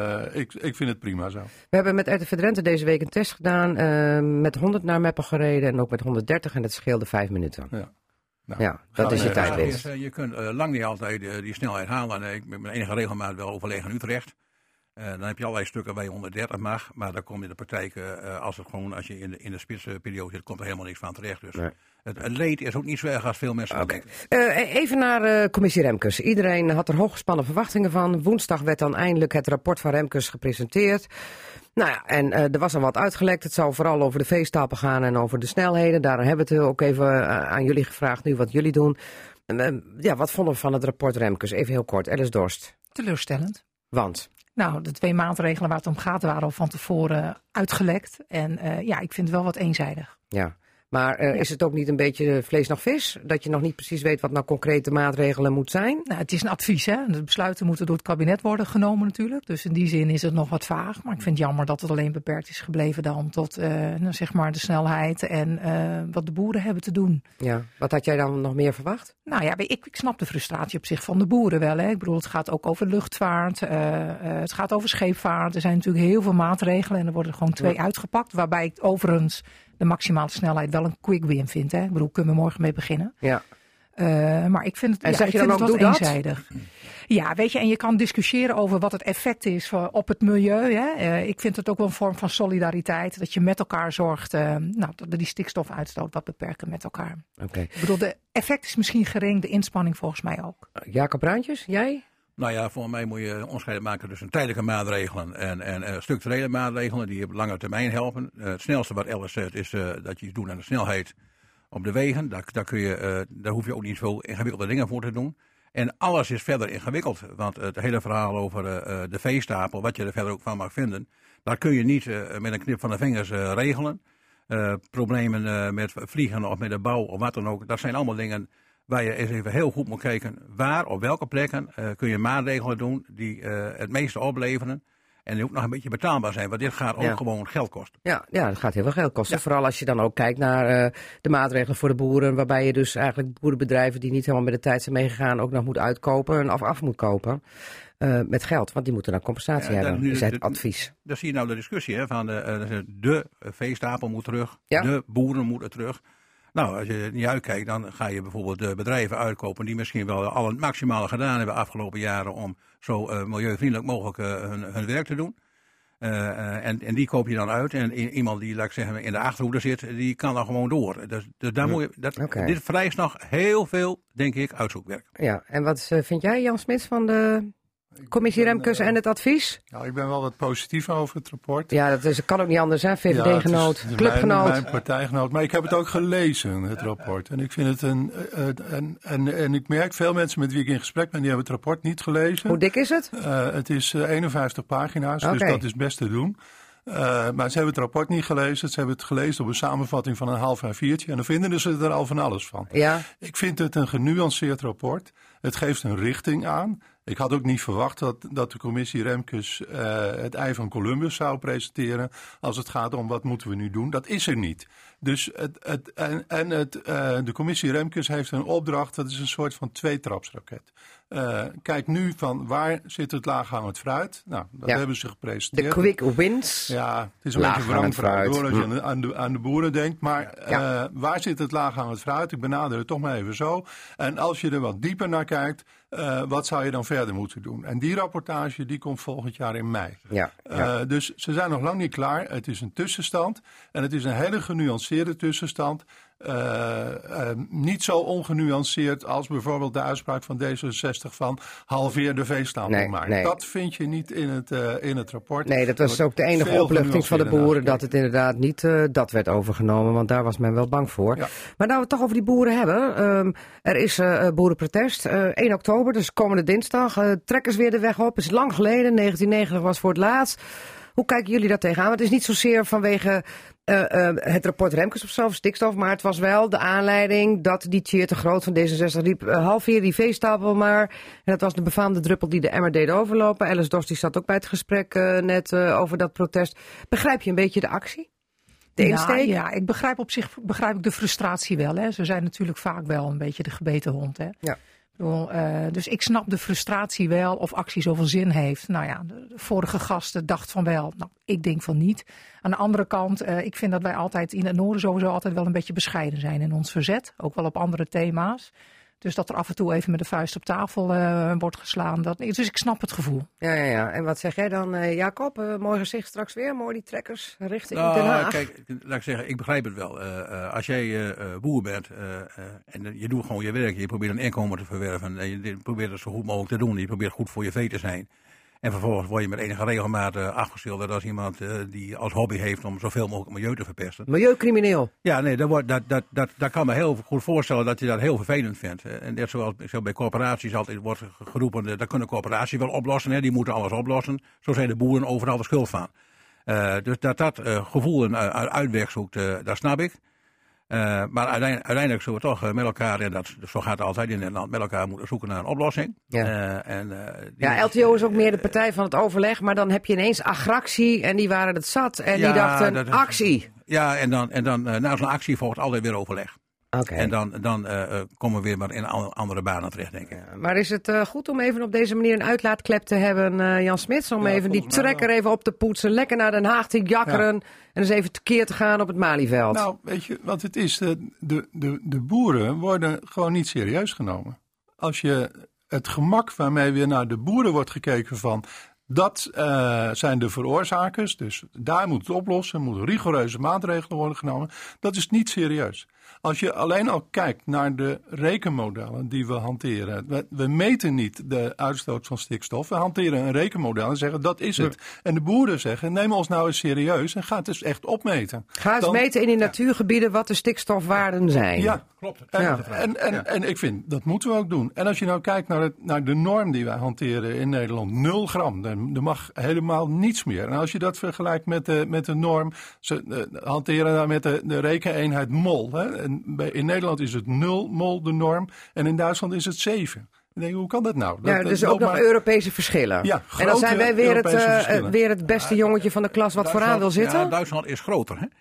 H: ik vind het prima zo.
A: We hebben met RTV Drenthe deze week een test gedaan. Met 100 naar Meppel gereden en ook met 130. En dat scheelde 5 minuten.
H: Ja.
A: Dat is je tijdwinst.
F: Je kunt lang niet altijd die snelheid halen. Ik ben met enige regelmaat wel overlegen in Utrecht. Dan heb je allerlei stukken waar je 130 mag. Maar dan kom je in de praktijk, als je in de spitsperiode zit, komt er helemaal niks van terecht. Dus het leed is ook niet zo erg als veel mensen denken.
A: Even naar commissie Remkes. Iedereen had er hooggespannen verwachtingen van. Woensdag werd dan eindelijk het rapport van Remkes gepresenteerd. Nou ja, en er was al wat uitgelekt. Het zou vooral over de veestapel gaan en over de snelheden. Daar hebben we het ook even aan jullie gevraagd nu wat jullie doen. Wat vonden we van het rapport Remkes? Even heel kort, Alice Dorst.
E: Teleurstellend.
A: Want?
E: Nou, de 2 maatregelen waar het om gaat waren al van tevoren uitgelekt. En ik vind het wel wat eenzijdig.
A: Ja. Maar is het ook niet een beetje vlees nog vis? Dat je nog niet precies weet wat nou concrete maatregelen moet zijn?
E: Nou, het is een advies, hè. De besluiten moeten door het kabinet worden genomen natuurlijk. Dus in die zin is het nog wat vaag. Maar ik vind het jammer dat het alleen beperkt is gebleven dan tot zeg maar de snelheid en wat de boeren hebben te doen. Ja,
A: wat had jij dan nog meer verwacht?
E: Nou ja, ik snap de frustratie op zich van de boeren wel. Hè. Ik bedoel, het gaat ook over luchtvaart, het gaat over scheepvaart. Er zijn natuurlijk heel veel maatregelen en er worden gewoon 2 uitgepakt. Waarbij ik overigens de maximale snelheid wel een quick win vind. Hè. Ik bedoel, kunnen we morgen mee beginnen. Ja. Maar ik vind het,
A: en zeg je dan ook,
E: wat eenzijdig. Ja, weet je, en je kan discussiëren over wat het effect is op het milieu. Hè. Ik vind het ook wel een vorm van solidariteit. Dat je met elkaar zorgt, dat we die stikstofuitstoot wat beperken met elkaar. Okay. Ik bedoel, de effect is misschien gering, de inspanning volgens mij ook.
A: Jacob Bruintjes, jij?
F: Nou ja, voor mij moet je onderscheid maken tussen tijdelijke maatregelen en structurele maatregelen die op lange termijn helpen. Het snelste wat Alice zegt is dat je iets doet aan de snelheid op de wegen. Daar hoef je ook niet zo ingewikkelde dingen voor te doen. En alles is verder ingewikkeld, want het hele verhaal over de veestapel, wat je er verder ook van mag vinden, dat kun je niet met een knip van de vingers regelen. Problemen met vliegen of met de bouw of wat dan ook, dat zijn allemaal dingen waar je eens even heel goed moet kijken waar, op welke plekken kun je maatregelen doen die het meeste opleveren. En die ook nog een beetje betaalbaar zijn, want dit gaat ook gewoon geld kosten.
A: Ja, dat gaat heel veel geld kosten. Ja. Vooral als je dan ook kijkt naar de maatregelen voor de boeren, waarbij je dus eigenlijk boerenbedrijven die niet helemaal met de tijd zijn meegegaan ook nog moet uitkopen en af moet kopen. Met geld, want die moeten dan compensatie hebben, is het advies.
F: Daar zie je nou de discussie, hè, van de veestapel moet terug, de boeren moeten terug. Nou, als je niet uitkijkt, dan ga je bijvoorbeeld bedrijven uitkopen die misschien wel al het maximale gedaan hebben de afgelopen jaren om zo milieuvriendelijk mogelijk hun werk te doen. En die koop je dan uit. En iemand die, laat ik zeggen, in de achterhoede zit, die kan dan gewoon door. Dus daar moet je, dit vereist nog heel veel, denk ik, uitzoekwerk.
A: Ja, en wat vind jij, Jan Smits, van de commissie Remkes en het advies?
H: Nou, ik ben wel wat positief over het rapport.
A: Ja, dat kan ook niet anders, hè? VVD-genoot, clubgenoot.
H: Mijn partijgenoot. Maar ik heb het ook gelezen, het rapport. En ik vind het en ik merk veel mensen met wie ik in gesprek ben, die hebben het rapport niet gelezen.
A: Hoe dik is het?
H: Het is 51 pagina's, dus dat is best te doen. Maar ze hebben het rapport niet gelezen. Ze hebben het gelezen op een samenvatting van een half A4'tje. En dan vinden ze er al van alles van.
A: Ja.
H: Ik vind het een genuanceerd rapport. Het geeft een richting aan. Ik had ook niet verwacht dat de commissie Remkes het ei van Columbus zou presenteren als het gaat om wat moeten we nu doen. Dat is er niet. Dus de commissie Remkes heeft een opdracht, dat is een soort van tweetrapsraket. Kijk nu van waar zit het laaghangend fruit. Nou, dat hebben ze gepresenteerd.
A: De quick wins.
H: Ja, het is een beetje wrang fruit hoor, als je aan de boeren denkt. Maar waar zit het laaghangend fruit? Ik benader het toch maar even zo. En als je er wat dieper naar kijkt, wat zou je dan verder moeten doen? En die rapportage die komt volgend jaar in mei. Ja. Dus ze zijn nog lang niet klaar. Het is een tussenstand. En het is een hele genuanceerde tussenstand. Niet zo ongenuanceerd als bijvoorbeeld de uitspraak van D66 van halveer de veestapel maar. Nee. Dat vind je niet in het rapport.
A: Nee, dat was ook de enige opluchting van de boeren dat het inderdaad niet dat werd overgenomen. Want daar was men wel bang voor. Ja. Maar nou we het toch over die boeren hebben. Er is boerenprotest. 1 oktober, dus komende dinsdag. Trekkers weer de weg op. Het is lang geleden. 1990 was voor het laatst. Hoe kijken jullie daar tegenaan? Want het is niet zozeer vanwege het rapport Remkes of zo, of stikstof, maar het was wel de aanleiding dat die Tjeerd de Groot van D66 riep, halveer die veestapel maar. En dat was de befaamde druppel die de emmer deed overlopen. Alice Dos die zat ook bij het gesprek net over dat protest. Begrijp je een beetje de actie? De insteek?
E: Ja, ik begrijp op zich de frustratie wel. Hè. Ze zijn natuurlijk vaak wel een beetje de gebeten hond. Hè.
A: Ja.
E: Dus ik snap de frustratie wel of actie zoveel zin heeft. Nou ja, de vorige gasten dacht van wel. Nou, ik denk van niet. Aan de andere kant, ik vind dat wij altijd in het noorden sowieso altijd wel een beetje bescheiden zijn in ons verzet. Ook wel op andere thema's. Dus dat er af en toe even met de vuist op tafel wordt geslaan. Dus ik snap het gevoel.
A: Ja. En wat zeg jij dan, Jacob? Mooi gezicht straks weer. Mooi die trekkers richting Den Haag.
F: Kijk, laat ik zeggen, ik begrijp het wel. Als jij boer bent en je doet gewoon je werk. Je probeert een inkomen te verwerven. En je probeert het zo goed mogelijk te doen. Je probeert goed voor je vee te zijn. En vervolgens word je met enige regelmaat afgeschilderd als iemand die als hobby heeft om zoveel mogelijk milieu te verpesten.
A: Milieucrimineel.
F: Ja, nee, dat kan me heel goed voorstellen dat je dat heel vervelend vindt. En net zoals bij corporaties altijd wordt geroepen, dat kunnen corporaties wel oplossen. Hè, die moeten alles oplossen. Zo zijn de boeren overal de schuld van. Dus dat gevoel een uitweg zoekt, dat snap ik. Maar uiteindelijk zullen we toch met elkaar, en zo gaat het altijd in Nederland, met elkaar moeten zoeken naar een oplossing.
A: Ja. LTO is ook meer de partij van het overleg, maar dan heb je ineens agractie en die waren het zat en die dachten actie.
F: Ja, en dan na zo'n actie volgt altijd weer overleg.
A: Okay.
F: En dan komen we weer maar in andere banen terecht, denk ik.
A: Ja, maar is het goed om even op deze manier een uitlaatklep te hebben, Jan Smits? Om even die trekker even op te poetsen, lekker naar Den Haag te jakkeren en eens even tekeer te gaan op het Malieveld.
H: Nou, weet je wat het is? De boeren worden gewoon niet serieus genomen. Als je het gemak waarmee weer naar de boeren wordt gekeken van, dat zijn de veroorzakers, dus daar moet het oplossen, moeten rigoureuze maatregelen worden genomen. Dat is niet serieus. Als je alleen al kijkt naar de rekenmodellen die we hanteren. We meten niet de uitstoot van stikstof. We hanteren een rekenmodel en zeggen dat is het. En de boeren zeggen neem ons nou eens serieus en ga het dus echt opmeten.
A: Ga eens meten in die natuurgebieden wat de stikstofwaarden zijn.
H: Ja, klopt. En ik vind dat moeten we ook doen. En als je nou kijkt naar de norm die wij hanteren in Nederland. 0 gram. Er mag helemaal niets meer. En als je dat vergelijkt met de norm. Ze hanteren daar met de rekeneenheid mol. Hè. In Nederland is het 0 mol de norm en in Duitsland is het 7. Ik denk, hoe kan dat nou?
A: Dus ook nog Europese verschillen.
H: Ja,
A: en dan zijn wij weer het beste jongetje van de klas wat vooraan wil zitten?
F: Ja, Duitsland is groter, hè?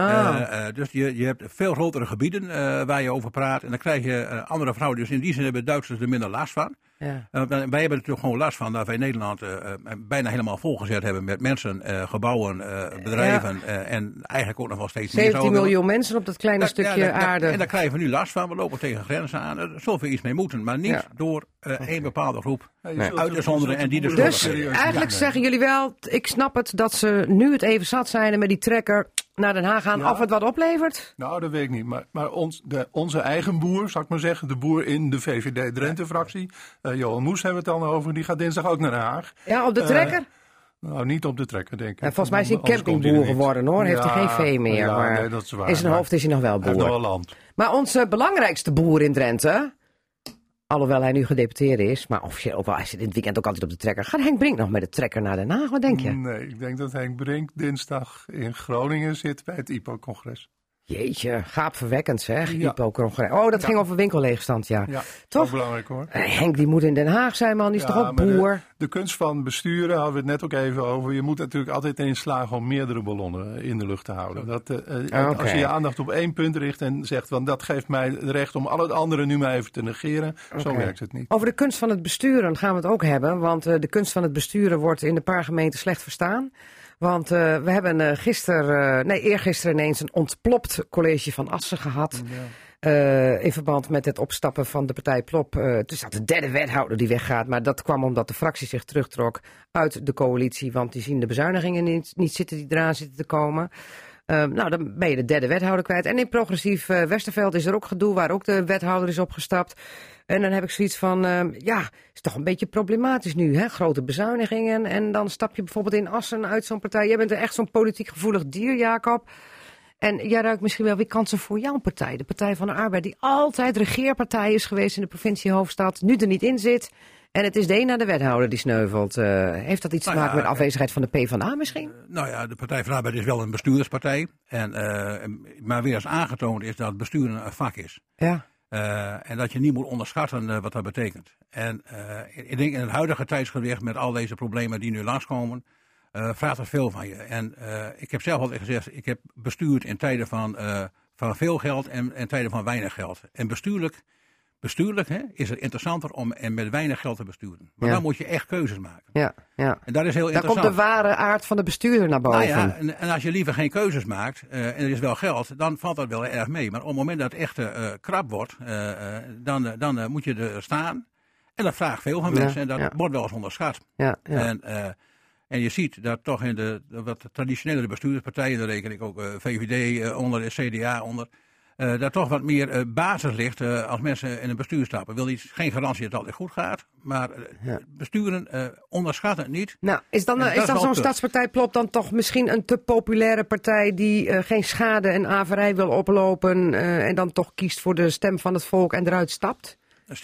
F: Dus je hebt veel grotere gebieden waar je over praat. En dan krijg je andere vrouwen. Dus in die zin hebben Duitsers er minder last van.
A: Ja.
F: Wij hebben er natuurlijk gewoon last van dat wij Nederland bijna helemaal volgezet hebben met mensen, gebouwen, bedrijven en eigenlijk ook nog wel steeds meer.
A: 17 miljoen mensen op dat kleine stukje aarde.
F: En daar krijgen we nu last van. We lopen tegen grenzen aan. Er zal veel iets mee moeten, maar niet door één bepaalde groep uit te zonderen en die
A: dus eigenlijk zeggen jullie wel, ik snap het dat ze nu het even zat zijn en met die trekker naar Den Haag gaan, of het wat oplevert?
H: Nou, dat weet ik niet. Maar onze eigen boer, zal ik maar zeggen, de boer in de VVD Drenthe-fractie, Johan Moes hebben we het dan over, die gaat dinsdag ook naar Den Haag.
A: Ja, op de trekker?
H: Nou, niet op de trekker, denk ik.
A: Ja, volgens mij is hij campingboer geworden, hoor. Heeft hij geen vee meer.
H: Ja,
A: maar
H: nee, dat is waar.
A: In zijn hoofd is hij nog wel boer.
H: Hij heeft nog wel land.
A: Maar onze belangrijkste boer in Drenthe, Alhoewel hij nu gedeputeerde is. Maar officieel ook wel, hij zit in het weekend ook altijd op de trekker. Gaat Henk Brink nog met de trekker naar Den Haag? Wat denk je?
H: Nee, ik denk dat Henk Brink dinsdag in Groningen zit bij het IPO-congres.
A: Jeetje, gaapverwekkend zeg.
H: Ja.
A: IPO-congres. Oh, dat ging over winkelleegstand, ja.
H: Ja,
A: Toch?
H: ook belangrijk hoor.
A: Henk die moet in Den Haag zijn, man. Die is toch ook
H: maar
A: boer?
H: De kunst van besturen hadden we het net ook even over. Je moet natuurlijk altijd erin slagen om meerdere ballonnen in de lucht te houden. Als je je aandacht op één punt richt en zegt, want dat geeft mij het recht om al het andere nu maar even te negeren. Zo werkt het niet.
A: Over de kunst van het besturen gaan we het ook hebben. Want de kunst van het besturen wordt in de paar gemeenten slecht verstaan. Want we hebben eergisteren ineens een ontplopt college van Assen gehad. Ja. In verband met het opstappen van de partij Plop. Het is de derde wethouder die weggaat. Maar dat kwam omdat de fractie zich terugtrok uit de coalitie. Want die zien de bezuinigingen niet zitten die eraan zitten te komen. Dan ben je de derde wethouder kwijt. En in progressief Westerveld is er ook gedoe waar ook de wethouder is opgestapt. En dan heb ik zoiets van, is toch een beetje problematisch nu, hè? Grote bezuinigingen. En dan stap je bijvoorbeeld in Assen uit zo'n partij. Jij bent echt zo'n politiek gevoelig dier, Jacob. En jij ruikt misschien wel weer kansen voor jouw partij. De Partij van de Arbeid, die altijd regeerpartij is geweest in de provincie Hoofdstad. Nu er niet in zit. En het is de een na de wethouder die sneuvelt. Heeft dat iets te maken met afwezigheid van de PvdA misschien?
F: De Partij van de Arbeid is wel een bestuurderspartij. Maar weer eens aangetoond is dat besturen een vak is.
A: Ja.
F: En dat je niet moet onderschatten wat dat betekent. En ik denk in het huidige tijdsgewicht met al deze problemen die nu langskomen, vraagt er veel van je. En ik heb zelf altijd gezegd, ik heb bestuurd in tijden van veel geld en tijden van weinig geld. En bestuurlijk is het interessanter om met weinig geld te besturen. Maar dan moet je echt keuzes maken.
A: Ja.
F: En dat is heel
A: daar
F: interessant.
A: komt de ware aard van de bestuurder naar boven.
F: Nou ja, en als je liever geen keuzes maakt en er is wel geld, dan valt dat wel erg mee. Maar op het moment dat het echt krap wordt, dan moet je er staan. En dat vraagt veel van mensen en dat wordt wel eens onderschat.
A: Ja.
F: En je ziet dat toch in de wat traditionele bestuurderspartijen, daar reken ik ook VVD onder, de CDA onder, daar toch wat meer basis ligt als mensen in een bestuur stappen. Wil geen garantie dat het altijd goed gaat, maar besturen onderschat het niet.
A: Nou, is dan zo'n stadspartij Plop dan toch misschien een te populaire partij die geen schade en averij wil oplopen en dan toch kiest voor de stem van het volk en eruit stapt?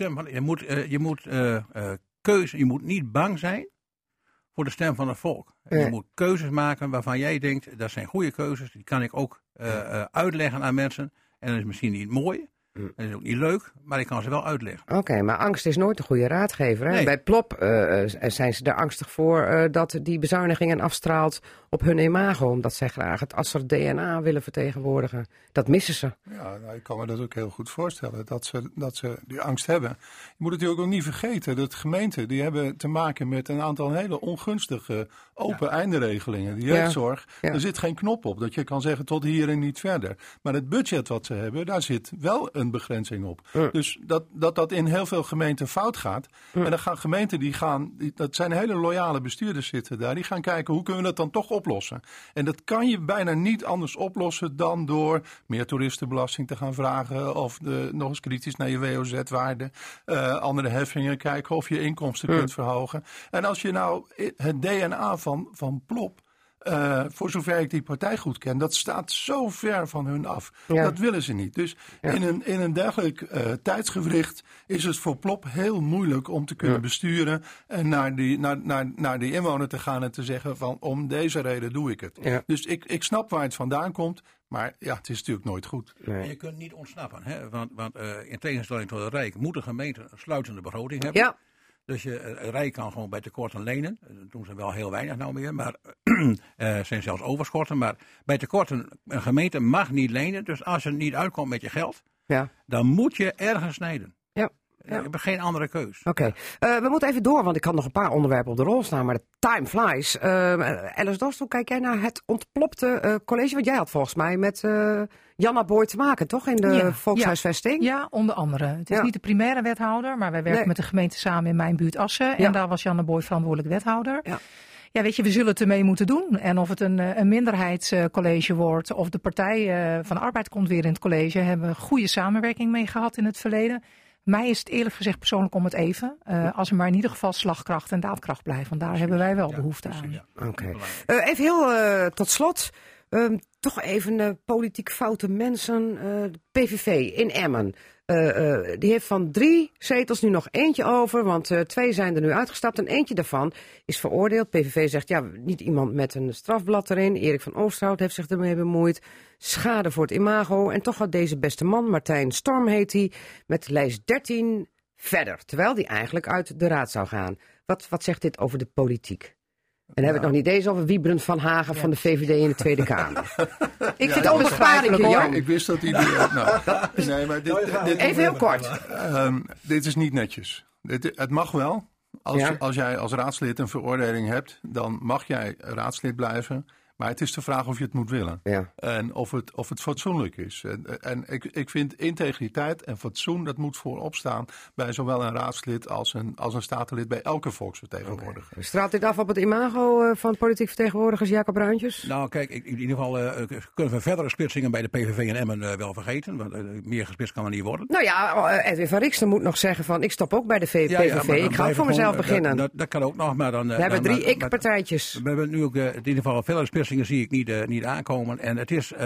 F: Je moet niet bang zijn voor de stem van het volk. Je moet keuzes maken waarvan jij denkt, dat zijn goede keuzes. Die kan ik ook uitleggen aan mensen. En dat is misschien niet mooi. Dat is ook niet leuk, maar ik kan ze wel uitleggen.
A: Oké, maar angst is nooit een goede raadgever. Hè?
F: Nee.
A: Bij Plop zijn ze er angstig voor dat die bezuinigingen afstraalt op hun imago. Omdat zij graag het Asser DNA willen vertegenwoordigen. Dat missen ze.
H: Ja, ik kan me dat ook heel goed voorstellen, dat ze die angst hebben. Je moet het natuurlijk ook niet vergeten, dat gemeenten die hebben te maken met een aantal hele ongunstige open einderegelingen. De jeugdzorg, er zit geen knop op dat je kan zeggen tot hier en niet verder. Maar het budget wat ze hebben, daar zit wel een begrenzing op. Dus dat in heel veel gemeenten fout gaat. En dan gaan gemeenten dat zijn hele loyale bestuurders zitten daar, die gaan kijken hoe kunnen we dat dan toch oplossen. En dat kan je bijna niet anders oplossen dan door meer toeristenbelasting te gaan vragen of nog eens kritisch naar je WOZ-waarde, andere heffingen kijken of je inkomsten kunt verhogen. En als je nou het DNA van Plop, voor zover ik die partij goed ken, dat staat zo ver van hun af. Ja. Dat willen ze niet. Dus in een dergelijk tijdsgewricht is het voor Plop heel moeilijk om te kunnen besturen en naar die inwoner te gaan en te zeggen van om deze reden doe ik het. Ja. Dus ik snap waar het vandaan komt, maar het is natuurlijk nooit goed.
F: Nee. Je kunt niet ontsnappen, hè? Want in tegenstelling tot het Rijk moet de gemeente een sluitende begroting hebben. Ja. Dus het Rijk kan gewoon bij tekorten lenen. Dat doen ze wel heel weinig nou meer, maar zijn zelfs overschorten. Maar bij tekorten, een gemeente mag niet lenen. Dus als je niet uitkomt met je geld, dan moet je ergens snijden. Ja. Je hebt geen andere keus.
A: Oké. We moeten even door, want ik had nog een paar onderwerpen op de rol staan, maar de time flies. Alice Dorst, hoe kijk jij naar het ontplopte college? Want jij had volgens mij met Janna Boy te maken, toch? In de volkshuisvesting?
E: Ja, onder andere. Het is niet de primaire wethouder, maar wij werken met de gemeente samen in mijn buurt Assen. En daar was Janna Boy verantwoordelijk wethouder. Ja. Ja, weet je, we zullen het ermee moeten doen. En of het een minderheidscollege wordt of de Partij van de Arbeid komt weer in het college, hebben we goede samenwerking mee gehad in het verleden. Mij is het eerlijk gezegd persoonlijk om het even. Als er maar in ieder geval slagkracht en daadkracht blijft. Want daar hebben wij wel behoefte aan.
A: Oké. Even heel tot slot. Toch even politiek foute mensen. De PVV in Emmen. Die heeft van 3 zetels nu nog eentje over, want 2 zijn er nu uitgestapt en eentje daarvan is veroordeeld. PVV zegt, ja, niet iemand met een strafblad erin. Erik van Oosterhout heeft zich ermee bemoeid. Schade voor het imago. En toch gaat deze beste man, Martijn Storm heet hij, met lijst 13 verder. Terwijl die eigenlijk uit de raad zou gaan. Wat zegt dit over de politiek? En dan hebben we het nog niet eens over Wiebren van Hagen van de VVD in de Tweede Kamer. Ik vind het onbegrijpelijk, Jan.
H: Ik wist dat hij... nee, maar dit
A: even heel kort.
H: Dit is niet netjes. Het mag wel. Als jij als raadslid een veroordeling hebt, dan mag jij raadslid blijven. Maar het is de vraag of je het moet willen. Ja. En of het fatsoenlijk is. En ik vind integriteit en fatsoen, dat moet voorop staan bij zowel een raadslid als een statenlid bij elke volksvertegenwoordiger.
A: Okay. Straalt dit af op het imago van politiek vertegenwoordigers Jacob Bruintjes?
F: Nou kijk, in ieder geval kunnen we verdere splitsingen bij de PVV en Emmen wel vergeten. Want meer gesplitst kan er niet worden.
A: Nou ja, Edwin van Riksten moet nog zeggen van ik stop ook bij de PVV. Ik ga ook voor mezelf beginnen.
F: Dat kan ook nog, maar dan...
A: We hebben 3 ik-partijtjes.
F: We hebben nu ook in ieder geval verdere splitsingen zie ik niet aankomen. En het is,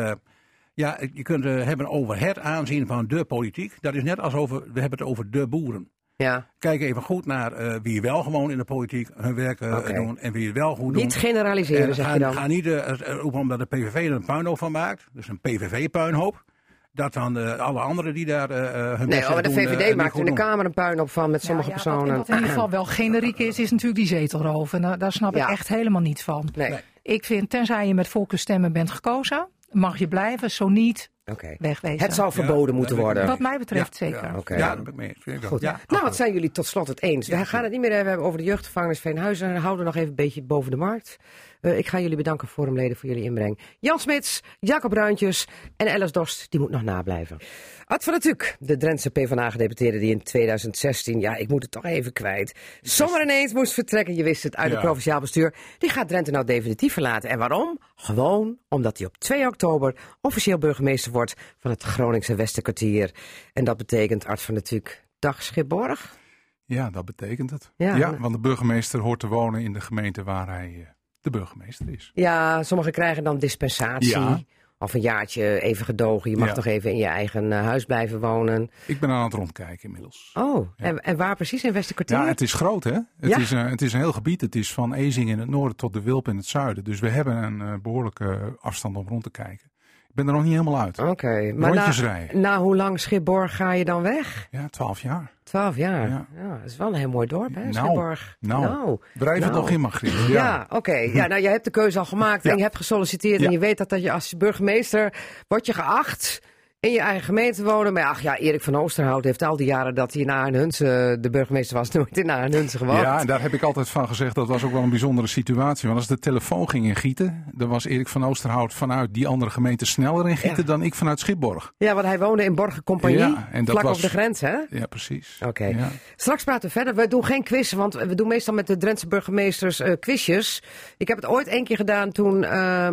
F: je kunt het hebben over het aanzien van de politiek. Dat is net alsof we hebben het over de boeren. Ja. Kijk even goed naar wie wel gewoon in de politiek hun werk doen en wie het wel goed doen.
A: Niet generaliseren, zeg je dan.
F: Ga niet roepen omdat de PVV er een puinhoop van maakt. Dus een PVV-puinhoop. Dat dan alle anderen die daar hun best doen.
A: Nee, de VVD maakt in de Kamer een puinhoop van met sommige personen.
E: Wat in ieder geval wel generiek is natuurlijk die zetelroof. En daar snap ik echt helemaal niets van. Nee. Ik vind, tenzij je met voorkeurstemmen bent gekozen, mag je blijven. Zo niet, wegwezen.
A: Het zou verboden moeten worden.
E: Wat mij betreft zeker.
F: Ja, dat ben ik mee eens.
A: Goed. Ja. Nou, wat zijn jullie tot slot het eens? We gaan het niet meer hebben over de jeugdgevangenis Veenhuizen. We houden nog even een beetje boven de markt. Ik ga jullie bedanken, forumleden, voor jullie inbreng. Jan Smits, Jacob Bruintjes en Alice Dorst, die moet nog nablijven. Ad van der Tuuk, de Drentse PvdA-gedeputeerde die in 2016, ja, ik moet het toch even kwijt, zomaar ineens moest vertrekken, je wist het, uit het provinciaal bestuur. Die gaat Drenthe nou definitief verlaten. En waarom? Gewoon omdat hij op 2 oktober officieel burgemeester wordt van het Groningse Westerkwartier. En dat betekent, Ad van der Tuuk, dag Schipborg?
I: Ja, dat betekent het. Ja, want de burgemeester hoort te wonen in de gemeente waar hij de burgemeester is.
A: Ja, sommigen krijgen dan dispensatie. Ja. Of een jaartje even gedogen. Je mag toch even in je eigen huis blijven wonen.
I: Ik ben aan het rondkijken inmiddels.
A: Oh, ja. En waar precies? In Westerkwartier?
I: Ja, het is groot hè. Het is een heel gebied. Het is van Ezing in het noorden tot de Wilp in het zuiden. Dus we hebben een behoorlijke afstand om rond te kijken. Ik ben er nog niet helemaal uit.
A: Oké, maar na hoe lang Schipborg ga je dan weg?
I: Ja, 12 jaar.
A: 12 jaar? Ja, dat is wel een heel mooi dorp hè, Schipborg.
I: Drijf het nog in, Margriet.
A: Ja, oké. Ja, nou, je hebt de keuze al gemaakt en je hebt gesolliciteerd en je weet dat je als burgemeester wordt je geacht in je eigen gemeente wonen. Maar Erik van Oosterhout heeft al die jaren dat hij in Aardenhunse de burgemeester was, nooit in Aardenhunse gewoond.
I: Ja, en daar heb ik altijd van gezegd, dat was ook wel een bijzondere situatie. Want als de telefoon ging in Gieten, dan was Erik van Oosterhout vanuit die andere gemeente sneller in Gieten dan ik vanuit Schipborg. Ja,
A: want hij woonde in Borgercompagnie, vlak over de grens, hè?
I: Ja, precies.
A: Oké. Ja. Straks praten we verder. We doen geen quiz, want we doen meestal met de Drentse burgemeesters quizjes. Ik heb het ooit 1 keer gedaan toen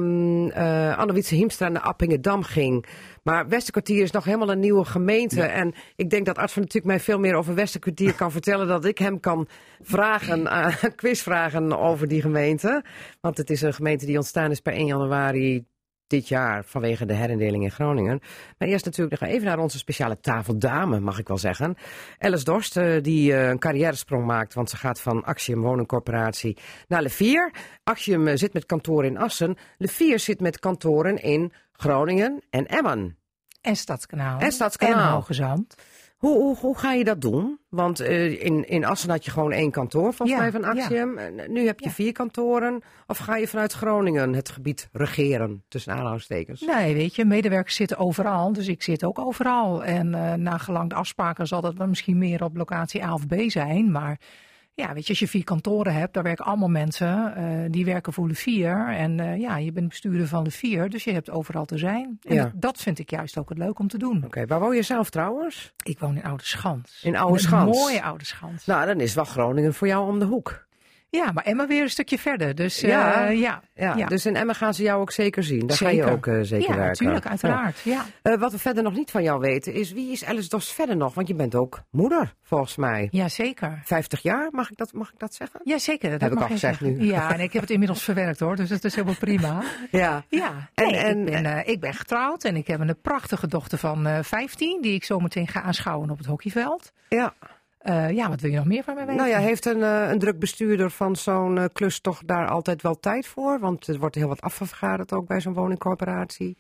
A: Anne-Wietse Hiemstra naar Appingedam ging. Maar Westerkwartier is nog helemaal een nieuwe gemeente. Ja. En ik denk dat Art van der Tuuk mij veel meer over Westerkwartier kan vertellen. Dat ik hem kan vragen, quizvragen over die gemeente. Want het is een gemeente die ontstaan is per 1 januari dit jaar vanwege de herindeling in Groningen. Maar eerst natuurlijk nog even naar onze speciale tafeldame, mag ik wel zeggen. Alice Dorst, die een carrièresprong maakt, want ze gaat van Axiom Woningcorporatie naar Levier. Axiom zit met kantoren in Assen. Levier zit met kantoren in Groningen en Emmen.
E: En Stadskanaal.
A: En
E: Hoge Zand.
A: Hoe ga je dat doen? Want in Assen had je gewoon 1 kantoor, volgens mij, van Axiom. Ja. Nu heb je 4 kantoren. Of ga je vanuit Groningen het gebied regeren, tussen aanhalingstekens?
E: Nee, weet je, medewerkers zitten overal. Dus ik zit ook overal. En nagelang de afspraken zal dat wel misschien meer op locatie A of B zijn. Maar ja, weet je, als je 4 kantoren hebt, daar werken allemaal mensen. Die werken voor Levier. En je bent bestuurder van Levier, dus je hebt overal te zijn. En dat vind ik juist ook het leuk om te doen.
A: Oké, waar woon je zelf trouwens?
E: Ik woon in Oudeschans.
A: In Oudeschans?
E: Een mooie Oudeschans.
A: Nou, dan is wel Groningen voor jou om de hoek.
E: Ja, maar Emma weer een stukje verder. Dus
A: ja. Dus in Emma gaan ze jou ook zeker zien. Daar ga je ook zeker werken.
E: Ja, natuurlijk, uiteraard. Ja.
A: Wat we verder nog niet van jou weten is, wie is Alice Dos verder nog? Want je bent ook moeder, volgens mij.
E: Ja, zeker.
A: 50 jaar, mag ik dat zeggen?
E: Ja, zeker. Dat
A: heb ik al gezegd nu.
E: Ja, en ik heb het inmiddels verwerkt hoor, dus dat is helemaal prima.
A: Ja.
E: Ik ben getrouwd en ik heb een prachtige dochter van 15, die ik zo meteen ga aanschouwen op het hockeyveld.
A: Ja.
E: Wat wil je nog meer van mij weten?
A: Nou ja, heeft een druk bestuurder van zo'n klus toch daar altijd wel tijd voor? Want er wordt heel wat afgevergaderd ook bij zo'n woningcorporatie.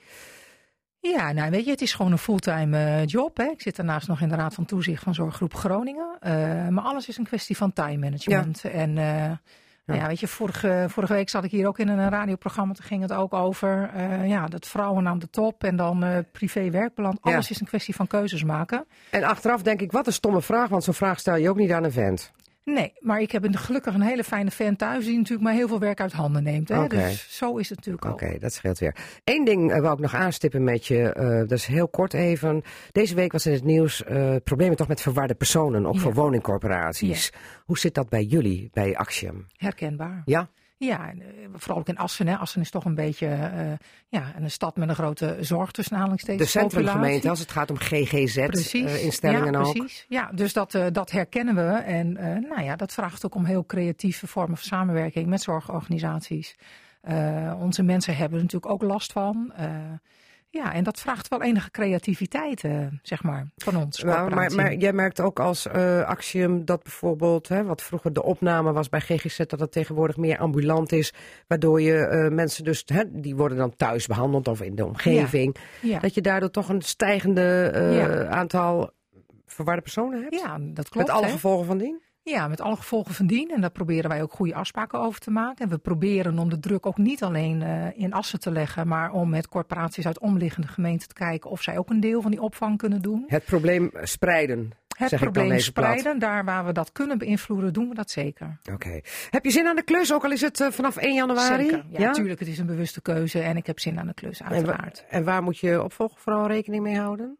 E: Ja, nou weet je, het is gewoon een fulltime job. Hè. Ik zit daarnaast nog in de Raad van Toezicht van Zorggroep Groningen. Maar alles is een kwestie van time management. Ja. En weet je, vorige week zat ik hier ook in een radioprogramma. Toen ging het ook over dat vrouwen aan de top en dan privé werkbeland. Alles is een kwestie van keuzes maken.
A: En achteraf denk ik, wat een stomme vraag, want zo'n vraag stel je ook niet aan een vent.
E: Nee, maar ik heb gelukkig een hele fijne vent thuis die natuurlijk maar heel veel werk uit handen neemt. Hè? Okay. Dus zo is het natuurlijk ook.
A: Oké, dat scheelt weer. Eén ding wou ik nog aanstippen met je, dat is heel kort even. Deze week was in het nieuws problemen toch met verwarde personen, ook voor woningcorporaties. Ja. Hoe zit dat bij jullie, bij Axiom?
E: Herkenbaar.
A: Ja?
E: Ja, vooral ook in Assen. Hè. Assen is toch een beetje een stad met een grote zorg tussen aanhalingstekens.
A: De centrumgemeente, als het gaat om GGZ-instellingen ook.
E: Precies. Ja, dus dat herkennen we. En dat vraagt ook om heel creatieve vormen van samenwerking met zorgorganisaties. Onze mensen hebben er natuurlijk ook last van. En dat vraagt wel enige creativiteit, van ons.
A: Maar jij merkt ook als Axiom dat bijvoorbeeld, wat vroeger de opname was bij GGZ, dat het tegenwoordig meer ambulant is. Waardoor je mensen dus, die worden dan thuis behandeld of in de omgeving. Ja. Dat je daardoor toch een stijgende aantal verwarde personen hebt.
E: Ja, dat klopt.
A: Met alle gevolgen van dien?
E: Ja, met alle gevolgen van dien. En daar proberen wij ook goede afspraken over te maken. En we proberen om de druk ook niet alleen in Assen te leggen, maar om met corporaties uit omliggende gemeenten te kijken of zij ook een deel van die opvang kunnen doen.
A: Het probleem spreiden.
E: Het probleem spreiden, daar waar we dat kunnen beïnvloeden, doen we dat zeker.
A: Oké. Heb je zin aan de klus, ook al is het vanaf 1 januari?
E: Zeker, ja, natuurlijk. Het is een bewuste keuze en ik heb zin aan de klus, uiteraard.
A: En waar moet je opvolger vooral rekening mee houden?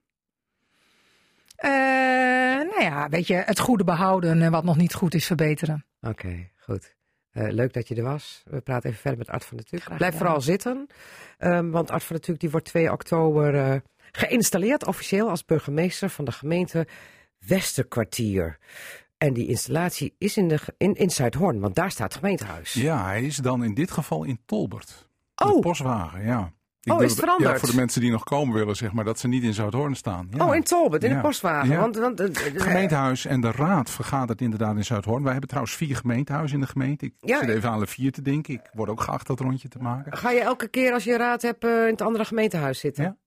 E: Weet je, het goede behouden en wat nog niet goed is verbeteren.
A: Oké, goed. Leuk dat je er was. We praten even verder met Art van der Tuuk. Blijf vooral zitten, want Art van der Tuuk die wordt 2 oktober geïnstalleerd officieel als burgemeester van de gemeente Westerkwartier. En die installatie is in Zuidhorn, want daar staat het gemeentehuis.
I: Ja, hij is dan in dit geval in Tolbert.
A: Oh.
I: De Postwagen, ja.
A: Is het veranderd?
I: Ja, voor de mensen die nog komen willen, dat ze niet in Zuidhorn staan. Ja.
A: In Tolbert, in de Postwagen.
I: Ja.
A: Want,
I: het gemeentehuis en de raad vergadert inderdaad in Zuidhorn. Wij hebben trouwens 4 gemeentehuizen in de gemeente. Ik zit even aan de 4 te denken. Ik word ook geacht dat rondje te maken.
A: Ga je elke keer als je raad hebt in het andere gemeentehuis zitten?
I: Ja.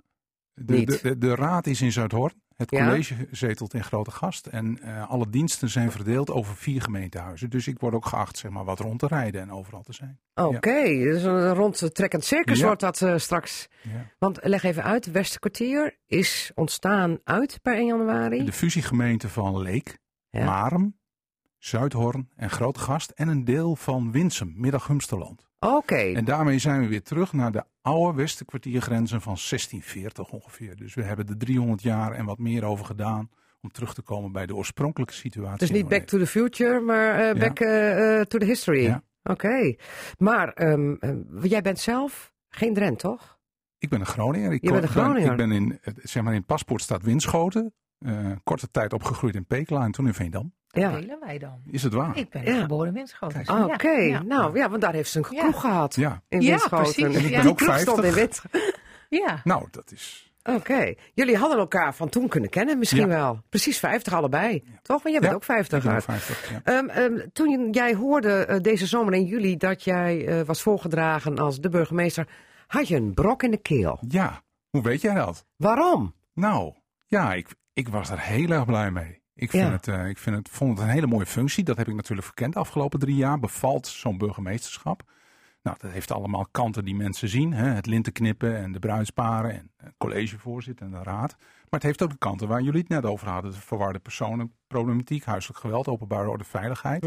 I: De raad is in Zuidhorn. Het college zetelt in Grootegast. En alle diensten zijn verdeeld over 4 gemeentehuizen. Dus ik word ook geacht wat rond te rijden en overal te zijn.
A: Oké, dus een rondtrekkend circus wordt dat straks. Ja. Want leg even uit, Westerkwartier is ontstaan uit per 1 januari.
I: De fusiegemeente van Leek, Marum, Zuidhorn en Grootegast. En een deel van Winsum, Middag-Humsterland.
A: Oké.
I: En daarmee zijn we weer terug naar de oude Westerkwartiergrenzen van 1640 ongeveer. Dus we hebben er 300 jaar en wat meer over gedaan om terug te komen bij de oorspronkelijke situatie.
A: Dus niet back to the future, maar back to the history. Ja. Oké. Maar jij bent zelf geen Drent, toch?
I: Ik ben een Groninger.
A: Je bent een Groninger?
I: Ik ben in het paspoort staat Winschoten. Korte tijd opgegroeid in Pekela en toen in Veendam.
E: Dat delen wij dan.
I: Is het waar?
E: Ik ben geboren in Winschoten.
A: Oké. Nou, want daar heeft ze een kroeg gehad.
I: Ja.
A: In Winschoten.
I: Precies. En ik ben ook 50.
E: Ja.
I: Nou, dat is...
A: Oké. Jullie hadden elkaar van toen kunnen kennen misschien wel. Precies 50 allebei. Ja. Toch? Want jij bent ook 50.
I: Ik ben ook 50,
A: toen jij hoorde deze zomer in juli dat jij was voorgedragen als de burgemeester, had je een brok in de keel.
I: Ja. Hoe weet jij dat?
A: Waarom?
I: Nou, ja, ik was er heel erg blij mee. Ik vond het een hele mooie functie. Dat heb ik natuurlijk verkend de afgelopen 3 jaar. Bevalt zo'n burgemeesterschap. Nou, dat heeft allemaal kanten die mensen zien. Hè? Het linten knippen en de bruidsparen en het collegevoorzitter en de raad. Maar het heeft ook de kanten waar jullie het net over hadden. De verwarde personen, problematiek, huiselijk geweld, openbare orde, veiligheid.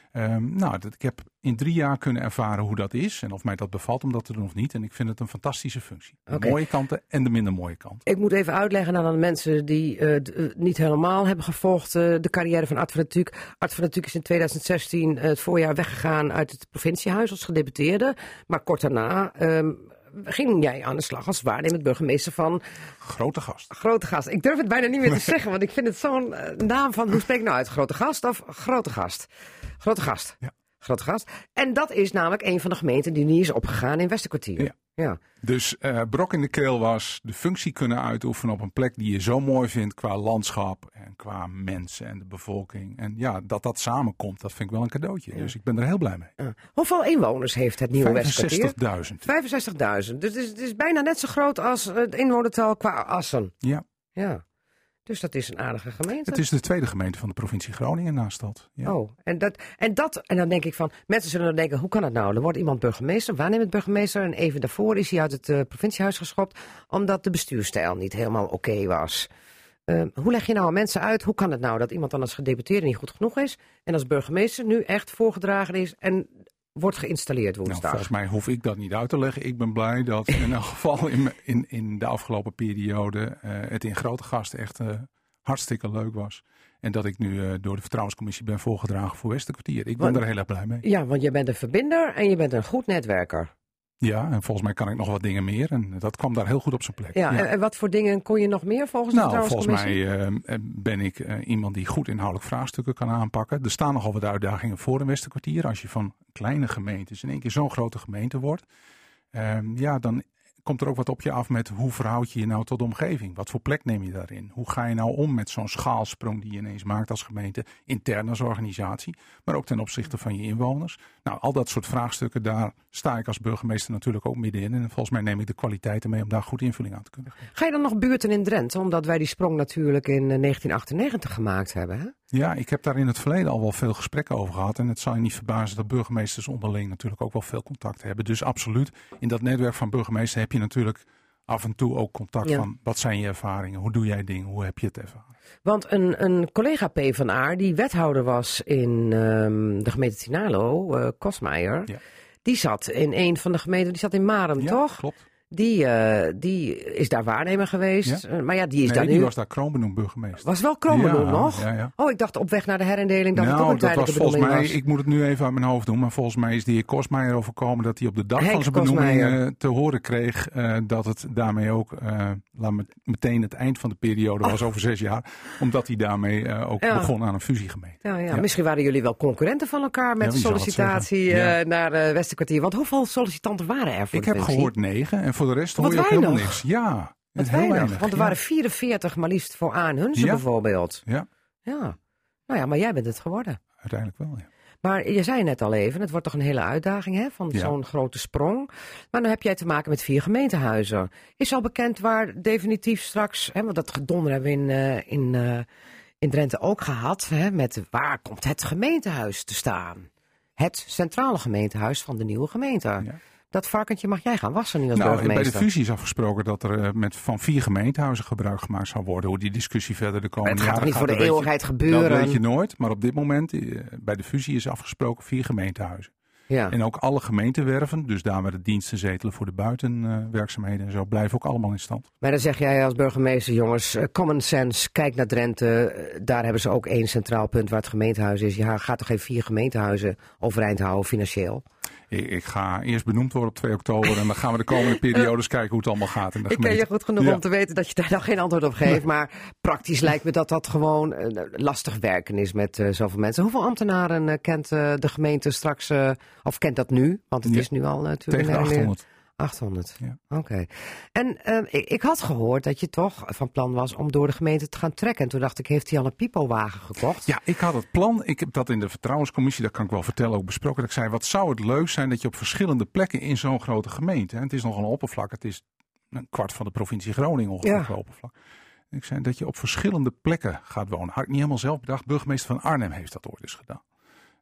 I: Ik heb in 3 jaar kunnen ervaren hoe dat is. En of mij dat bevalt om dat te doen of niet. En ik vind het een fantastische functie. De mooie kanten en de minder mooie kanten.
A: Ik moet even uitleggen aan de mensen die niet helemaal hebben gevolgd de carrière van Art van der Tuuk. Art van der Tuuk is in 2016 het voorjaar weggegaan uit het provinciehuis als gedeputeerde. Maar kort daarna ging jij aan de slag als waarnemend burgemeester van
I: Grootegast.
A: Grootegast. Ik durf het bijna niet meer te zeggen, want ik vind het zo'n naam van, hoe spreek ik nou uit? Grootegast of Grootegast? Grootegast.
I: Ja.
A: Grootegast. En dat is namelijk een van de gemeenten die niet is opgegaan in Westerkwartier. Ja.
I: Dus brok in de keel was de functie kunnen uitoefenen op een plek die je zo mooi vindt qua landschap en qua mensen en de bevolking. En ja, dat samenkomt, dat vind ik wel een cadeautje. Ja. Dus ik ben er heel blij mee.
A: Hoeveel inwoners heeft het nieuwe Westerkwartier?
I: 65.000.
A: 65.000. Dus het is bijna net zo groot als het inwonertal qua Assen. Ja. Dus dat is een aardige gemeente.
I: Het is de tweede gemeente van de provincie Groningen naast dat. Ja.
A: Oh, en dan denk ik van, mensen zullen dan denken, hoe kan het nou? Er wordt iemand burgemeester, waarnemend burgemeester, en even daarvoor is hij uit het provinciehuis geschopt, omdat de bestuurstijl niet helemaal oké was. Hoe leg je nou aan mensen uit, hoe kan het nou dat iemand dan als gedeputeerde niet goed genoeg is, en als burgemeester nu echt voorgedragen is en wordt geïnstalleerd woensdag?
I: Nou, volgens mij hoef ik dat niet uit te leggen. Ik ben blij dat in elk geval in de afgelopen periode het in Grootegast echt hartstikke leuk was. En dat ik nu door de Vertrouwenscommissie ben voorgedragen voor Westerkwartier. Ik ben er heel erg blij mee.
A: Ja, want je bent een verbinder en je bent een goed netwerker.
I: Ja, en volgens mij kan ik nog wat dingen meer. En dat kwam daar heel goed op zijn plek.
A: Ja. En wat voor dingen kon je nog meer volgens de Vertrouwenscommissie?
I: Volgens mij ben ik iemand die goed inhoudelijk vraagstukken kan aanpakken. Er staan nogal wat uitdagingen voor in Westerkwartier. Als je van kleine gemeentes in één keer zo'n grote gemeente wordt. Dan komt er ook wat op je af met hoe verhoud je je nou tot de omgeving? Wat voor plek neem je daarin? Hoe ga je nou om met zo'n schaalsprong die je ineens maakt als gemeente, intern als organisatie, maar ook ten opzichte van je inwoners? Nou, al dat soort vraagstukken, daar sta ik als burgemeester natuurlijk ook middenin. En volgens mij neem ik de kwaliteiten mee om daar goed invulling aan te kunnen geven.
A: Ga je dan nog buurten in Drenthe? Omdat wij die sprong natuurlijk in 1998 gemaakt hebben, hè?
I: Ja, ik heb daar in het verleden al wel veel gesprekken over gehad. En het zal je niet verbazen dat burgemeesters onderling natuurlijk ook wel veel contact hebben. Dus absoluut, in dat netwerk van burgemeesters heb je natuurlijk af en toe ook contact van wat zijn je ervaringen, hoe doe jij dingen, hoe heb je het ervaren.
A: Want een collega PvdA die wethouder was in de gemeente Tinalo, Kosmeijer, die zat in een van de gemeenten, die zat in Marum, toch?
I: Klopt.
A: Die is daar waarnemer geweest.
I: Ja?
A: Maar ja, die is daar nu.
I: Die was daar kroonbenoemd burgemeester.
A: Was wel kroonbenoemd nog?
I: Ja.
A: Oh, ik dacht op weg naar de herindeling dat het ook een tijdelijke benoeming was.
I: Ik moet het nu even uit mijn hoofd doen, maar volgens mij is de heer Kosmeijer overkomen dat hij op de dag van zijn benoeming te horen kreeg dat het daarmee ook meteen het eind van de periode was over 6 jaar. Omdat hij daarmee ook begon aan een fusiegemeente.
A: Ja. Misschien waren jullie wel concurrenten van elkaar met de sollicitatie naar Westerkwartier. Want hoeveel sollicitanten waren er voor
I: de functie? Ik heb gehoord 9 en voor de rest hoor je ook helemaal niks. Ja,
A: het heel weinig. Want er waren 44 maar liefst voor Aanhunsen bijvoorbeeld.
I: Ja.
A: Nou ja, maar jij bent het geworden.
I: Uiteindelijk wel, ja.
A: Maar je zei net al even, het wordt toch een hele uitdaging hè, van zo'n grote sprong. Maar dan heb jij te maken met 4 gemeentehuizen. Is al bekend waar definitief straks, hè, want dat gedonder hebben we in Drenthe ook gehad, hè, met waar komt het gemeentehuis te staan? Het centrale gemeentehuis van de nieuwe gemeente. Ja. Dat varkentje mag jij gaan wassen nu als burgemeester.
I: Bij de fusie is afgesproken dat er van 4 gemeentehuizen gebruik gemaakt zou worden. Hoe die discussie verder de komende jaren
A: gaat. Het gaat niet voor de eeuwigheid gebeuren.
I: Dat weet je nooit. Maar op dit moment, bij de fusie is afgesproken 4 gemeentehuizen. Ja. En ook alle gemeentewerven, dus daar met de diensten zetelen voor de buitenwerkzaamheden en zo, blijven ook allemaal in stand.
A: Maar dan zeg jij als burgemeester, jongens, common sense, kijk naar Drenthe. Daar hebben ze ook 1 centraal punt waar het gemeentehuis is. Je gaat toch geen 4 gemeentehuizen overeind houden financieel?
I: Ik ga eerst benoemd worden op 2 oktober en dan gaan we de komende periodes kijken hoe het allemaal gaat in de gemeente.
A: Ik ken je goed genoeg om te weten dat je daar nog geen antwoord op geeft. Maar praktisch lijkt me dat gewoon lastig werken is met zoveel mensen. Hoeveel ambtenaren kent de gemeente straks, of kent dat nu? Want het is nu al natuurlijk...
I: Tegen 800.
A: 800,
I: ja.
A: Oké. En ik had gehoord dat je toch van plan was om door de gemeente te gaan trekken. En toen dacht ik, heeft hij al een pipowagen gekocht?
I: Ja, ik had het plan. Ik heb dat in de Vertrouwenscommissie, dat kan ik wel vertellen, ook besproken. Dat ik zei, wat zou het leuk zijn dat je op verschillende plekken in zo'n grote gemeente, en het is nogal een oppervlak, het is een kwart van de provincie Groningen ongeveer oppervlak. En ik zei dat je op verschillende plekken gaat wonen. Had ik niet helemaal zelf bedacht. Burgemeester van Arnhem heeft dat ooit eens gedaan.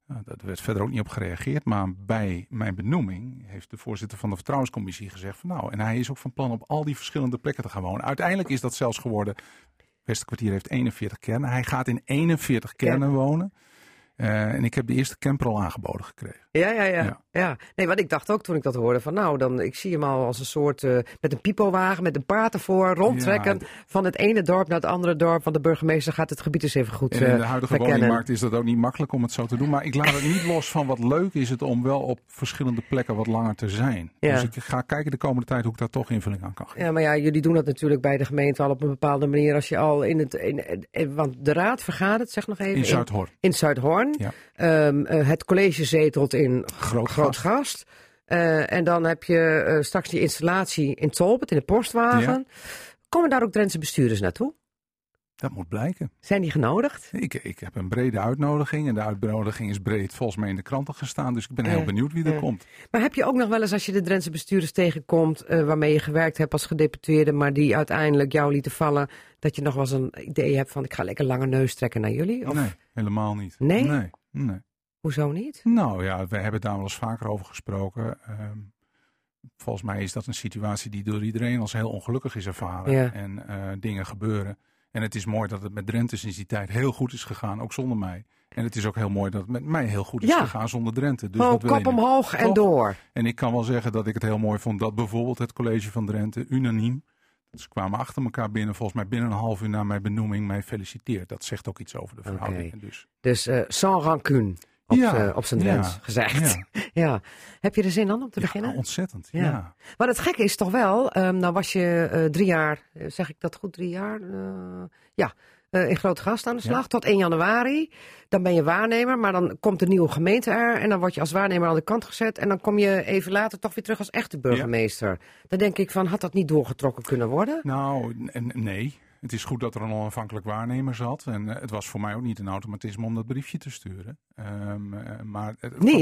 I: Daar werd verder ook niet op gereageerd. Maar bij mijn benoeming heeft de voorzitter van de Vertrouwenscommissie gezegd van nou, en hij is ook van plan op al die verschillende plekken te gaan wonen. Uiteindelijk is dat zelfs geworden, Westerkwartier heeft 41 kernen. Hij gaat in 41 kernen wonen. En ik heb de eerste camper al aangeboden gekregen.
A: Ja. Nee, want ik dacht ook toen ik dat hoorde van nou, ik zie hem al als een soort met een pipowagen, met een paard ervoor rondtrekken van het ene dorp naar het andere dorp. Want de burgemeester gaat het gebied eens even goed
I: en in de huidige woningmarkt is dat ook niet makkelijk om het zo te doen. Maar ik laat het niet los van wat leuk is het om wel op verschillende plekken wat langer te zijn. Ja. Dus ik ga kijken de komende tijd hoe ik daar toch invulling aan kan geven. Ja,
A: maar jullie doen dat natuurlijk bij de gemeente al op een bepaalde manier als je al want de raad vergadert, zeg nog even.
I: In Zuidhorn.
A: In Zuidhorn. Ja. Het college zetelt in Grootgast. En dan heb je straks die installatie in Tolbert, in de postwagen. Ja. Komen daar ook Drentse bestuurders naartoe?
I: Dat moet blijken.
A: Zijn die genodigd?
I: Ik heb een brede uitnodiging. En de uitnodiging is breed volgens mij in de kranten gestaan. Dus ik ben heel benieuwd wie er komt.
A: Maar heb je ook nog wel eens als je de Drentse bestuurders tegenkomt waarmee je gewerkt hebt als gedeputeerde, maar die uiteindelijk jou lieten vallen, dat je nog wel eens een idee hebt van ik ga lekker lange neus trekken naar jullie? Of?
I: Nee, helemaal niet.
A: Nee?
I: Nee.
A: Hoezo niet?
I: Nou ja, we hebben daar wel eens vaker over gesproken. Volgens mij is dat een situatie die door iedereen als heel ongelukkig is ervaren. Ja. En dingen gebeuren. En het is mooi dat het met Drenthe sinds die tijd heel goed is gegaan, ook zonder mij. En het is ook heel mooi dat het met mij heel goed is gegaan zonder Drenthe. Dus
A: gewoon kop omhoog en door.
I: En ik kan wel zeggen dat ik het heel mooi vond dat bijvoorbeeld het college van Drenthe unaniem, ze kwamen achter elkaar binnen, volgens mij binnen een half uur na mijn benoeming, mij feliciteert. Dat zegt ook iets over de verhoudingen. Okay.
A: Dus sans rancune. Op zijn Drents gezegd. Ja. Heb je er zin aan om te beginnen?
I: Ontzettend, ja.
A: Maar het gekke is toch wel, nou was je 3 jaar, zeg ik dat goed, 3 jaar? In Grootgast aan de slag tot 1 januari. Dan ben je waarnemer, maar dan komt de nieuwe gemeente er en dan word je als waarnemer aan de kant gezet en dan kom je even later toch weer terug als echte burgemeester. Ja. Dan denk ik van, had dat niet doorgetrokken kunnen worden?
I: Nou, nee. Het is goed dat er een onafhankelijk waarnemer zat. En het was voor mij ook niet een automatisme om dat briefje te sturen. Maar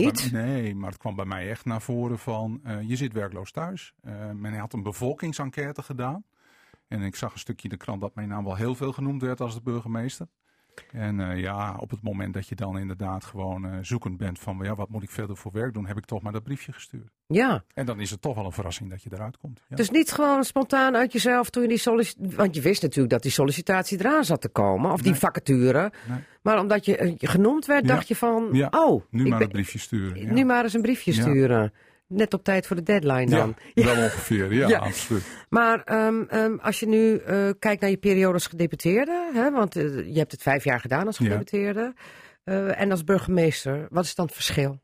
I: het kwam bij mij echt naar voren van, je zit werkloos thuis. Men had een bevolkingsenquête gedaan. En ik zag een stukje in de krant dat mijn naam wel heel veel genoemd werd als de burgemeester. En op het moment dat je dan inderdaad gewoon zoekend bent van wat moet ik verder voor werk doen, heb ik toch maar dat briefje gestuurd. Ja. En dan is het toch wel een verrassing dat je eruit komt. Ja.
A: Dus niet gewoon spontaan uit jezelf toen je want je wist natuurlijk dat die sollicitatie eraan zat te komen, of die vacature. Nee. Maar omdat je genoemd werd, dacht je van,
I: nu maar een briefje sturen. Ja.
A: Nu maar eens een briefje sturen. Net op tijd voor de deadline dan.
I: Ja, wel ongeveer. Ja, absoluut.
A: Maar als je nu kijkt naar je periode als gedeputeerde, hè, want je hebt het 5 jaar gedaan als gedeputeerde, en als burgemeester, wat is dan het verschil?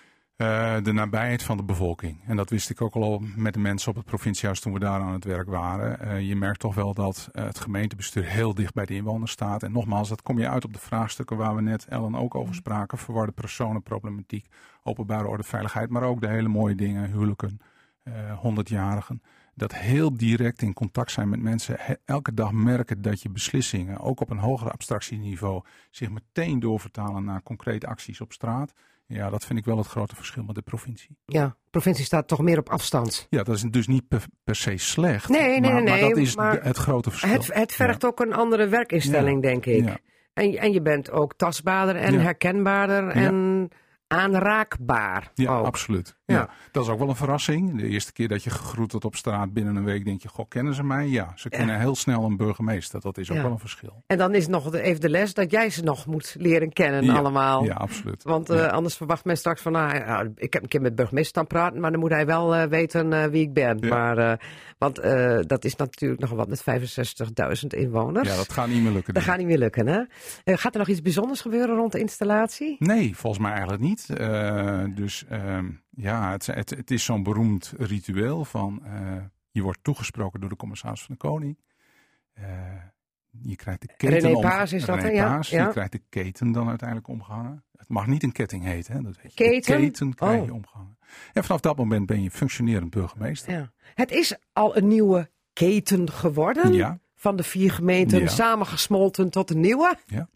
I: De nabijheid van de bevolking. En dat wist ik ook al met de mensen op het provinciehuis toen we daar aan het werk waren. Je merkt toch wel dat het gemeentebestuur heel dicht bij de inwoners staat. En nogmaals, dat kom je uit op de vraagstukken waar we net Ellen ook over spraken. Verwarde personenproblematiek, openbare orde, veiligheid. Maar ook de hele mooie dingen, huwelijken, 100-jarigen. Dat heel direct in contact zijn met mensen. Elke dag merken dat je beslissingen, ook op een hoger abstractieniveau, zich meteen doorvertalen naar concrete acties op straat. Ja, dat vind ik wel het grote verschil met de provincie. Ja,
A: de provincie staat toch meer op afstand.
I: Ja, dat is dus niet per se slecht.
A: Nee,
I: maar dat is het grote verschil.
A: Het vergt ook een andere werkinstelling, denk ik. Ja. En je bent ook tastbaarder en herkenbaarder en aanraakbaar.
I: Ja, absoluut. Ja. Dat is ook wel een verrassing. De eerste keer dat je gegroet wordt op straat, binnen een week denk je, goh, kennen ze mij? Ja, ze kennen heel snel een burgemeester. Dat is ook wel een verschil.
A: En dan is nog even de les dat jij ze nog moet leren kennen allemaal.
I: Ja, absoluut.
A: Want anders verwacht men straks van, ik heb een keer met de burgemeester staan praten, maar dan moet hij wel weten wie ik ben. Ja. Maar, want dat is natuurlijk nog wat met 65.000 inwoners.
I: Ja, dat gaat niet meer lukken.
A: Dat gaat niet meer lukken, hè? Gaat er nog iets bijzonders gebeuren rond de installatie?
I: Nee, volgens mij eigenlijk niet. Het is zo'n beroemd ritueel van je wordt toegesproken door de commissaris van de Koning. Je krijgt de keten
A: René Paas is dat,
I: ja. Je krijgt de keten dan uiteindelijk omgehangen. Het mag niet een ketting heten, hè? Dat heet
A: keten?
I: De keten krijg je omgehangen. En vanaf dat moment ben je functionerend burgemeester.
A: Ja. Het is al een nieuwe keten geworden. Ja. Van de 4 gemeenten samengesmolten tot een nieuwe.
I: Ja.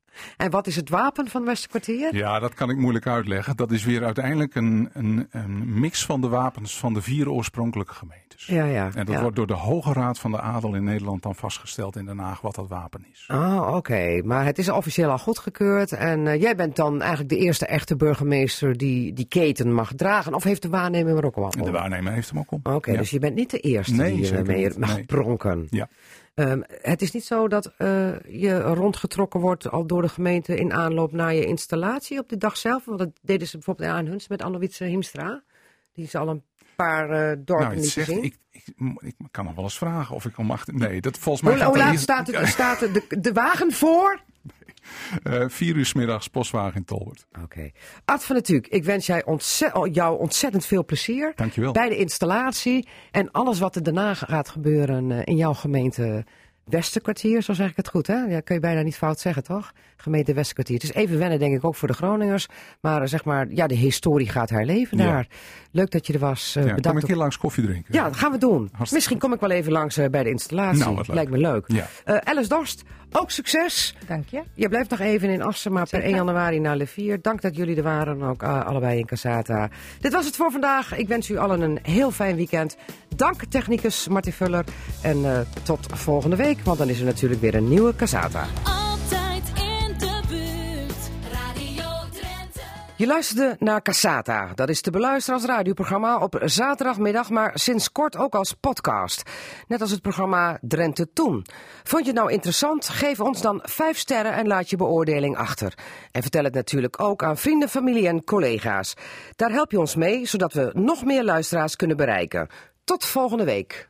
A: En wat is het wapen van Westerkwartier?
I: Ja, dat kan ik moeilijk uitleggen. Dat is weer uiteindelijk een mix van de wapens van de 4 oorspronkelijke gemeentes.
A: Ja.
I: En dat wordt door de Hoge Raad van de Adel in Nederland dan vastgesteld in Den Haag wat dat wapen is.
A: Oké. Maar het is officieel al goedgekeurd. En jij bent dan eigenlijk de eerste echte burgemeester die keten mag dragen. Of heeft de waarnemer er ook al om?
I: De waarnemer heeft hem ook om.
A: Oké, dus je bent niet de eerste die ermee mag pronken.
I: Ja.
A: Het is niet zo dat je rondgetrokken wordt al door de gemeente in aanloop naar je installatie op de dag zelf. Want dat deden ze bijvoorbeeld aan Huns met Anne-Wietse Hiemstra. Die is al een paar dorpen niet gezien.
I: Ik kan nog wel eens vragen of ik al mag. Nee, dat volgens mij.
A: Hoe laat staat de wagen voor?
I: 4 uur 's middags postwagen in Tolbert.
A: Oké. Ad van der Tuuk, ik wens jou ontzettend veel plezier.
I: Dankjewel.
A: Bij de installatie en alles wat er daarna gaat gebeuren in jouw gemeente Westerkwartier. Zo zeg ik het goed, hè? Ja, kun je bijna niet fout zeggen, toch? Gemeente Westerkwartier. Het is even wennen, denk ik, ook voor de Groningers. Maar zeg maar, ja, de historie gaat herleven daar. Leuk dat je er was. Bedankt.
I: Kom een keer langs koffie drinken.
A: Ja, dat gaan we doen.
I: Hartstikke
A: Misschien kom ik wel even langs bij de installatie.
I: Nou, wat leuk.
A: Lijkt me leuk.
I: Ja.
A: Alice Dorst, ook succes.
E: Dank je.
A: Je blijft nog even in Assen, maar per 1 januari naar Levier. Dank dat jullie er waren, ook allebei in Cassata. Dit was het voor vandaag. Ik wens u allen een heel fijn weekend. Dank technicus Martin Vuller. En tot volgende week, want dan is er natuurlijk weer een nieuwe Cassata.
J: Altijd in de buurt, Radio Drenthe.
A: Je luisterde naar Cassata. Dat is te beluisteren als radioprogramma op zaterdagmiddag, maar sinds kort ook als podcast. Net als het programma Drenthe Toen. Vond je het nou interessant? Geef ons dan 5 sterren en laat je beoordeling achter. En vertel het natuurlijk ook aan vrienden, familie en collega's. Daar help je ons mee, zodat we nog meer luisteraars kunnen bereiken. Tot volgende week.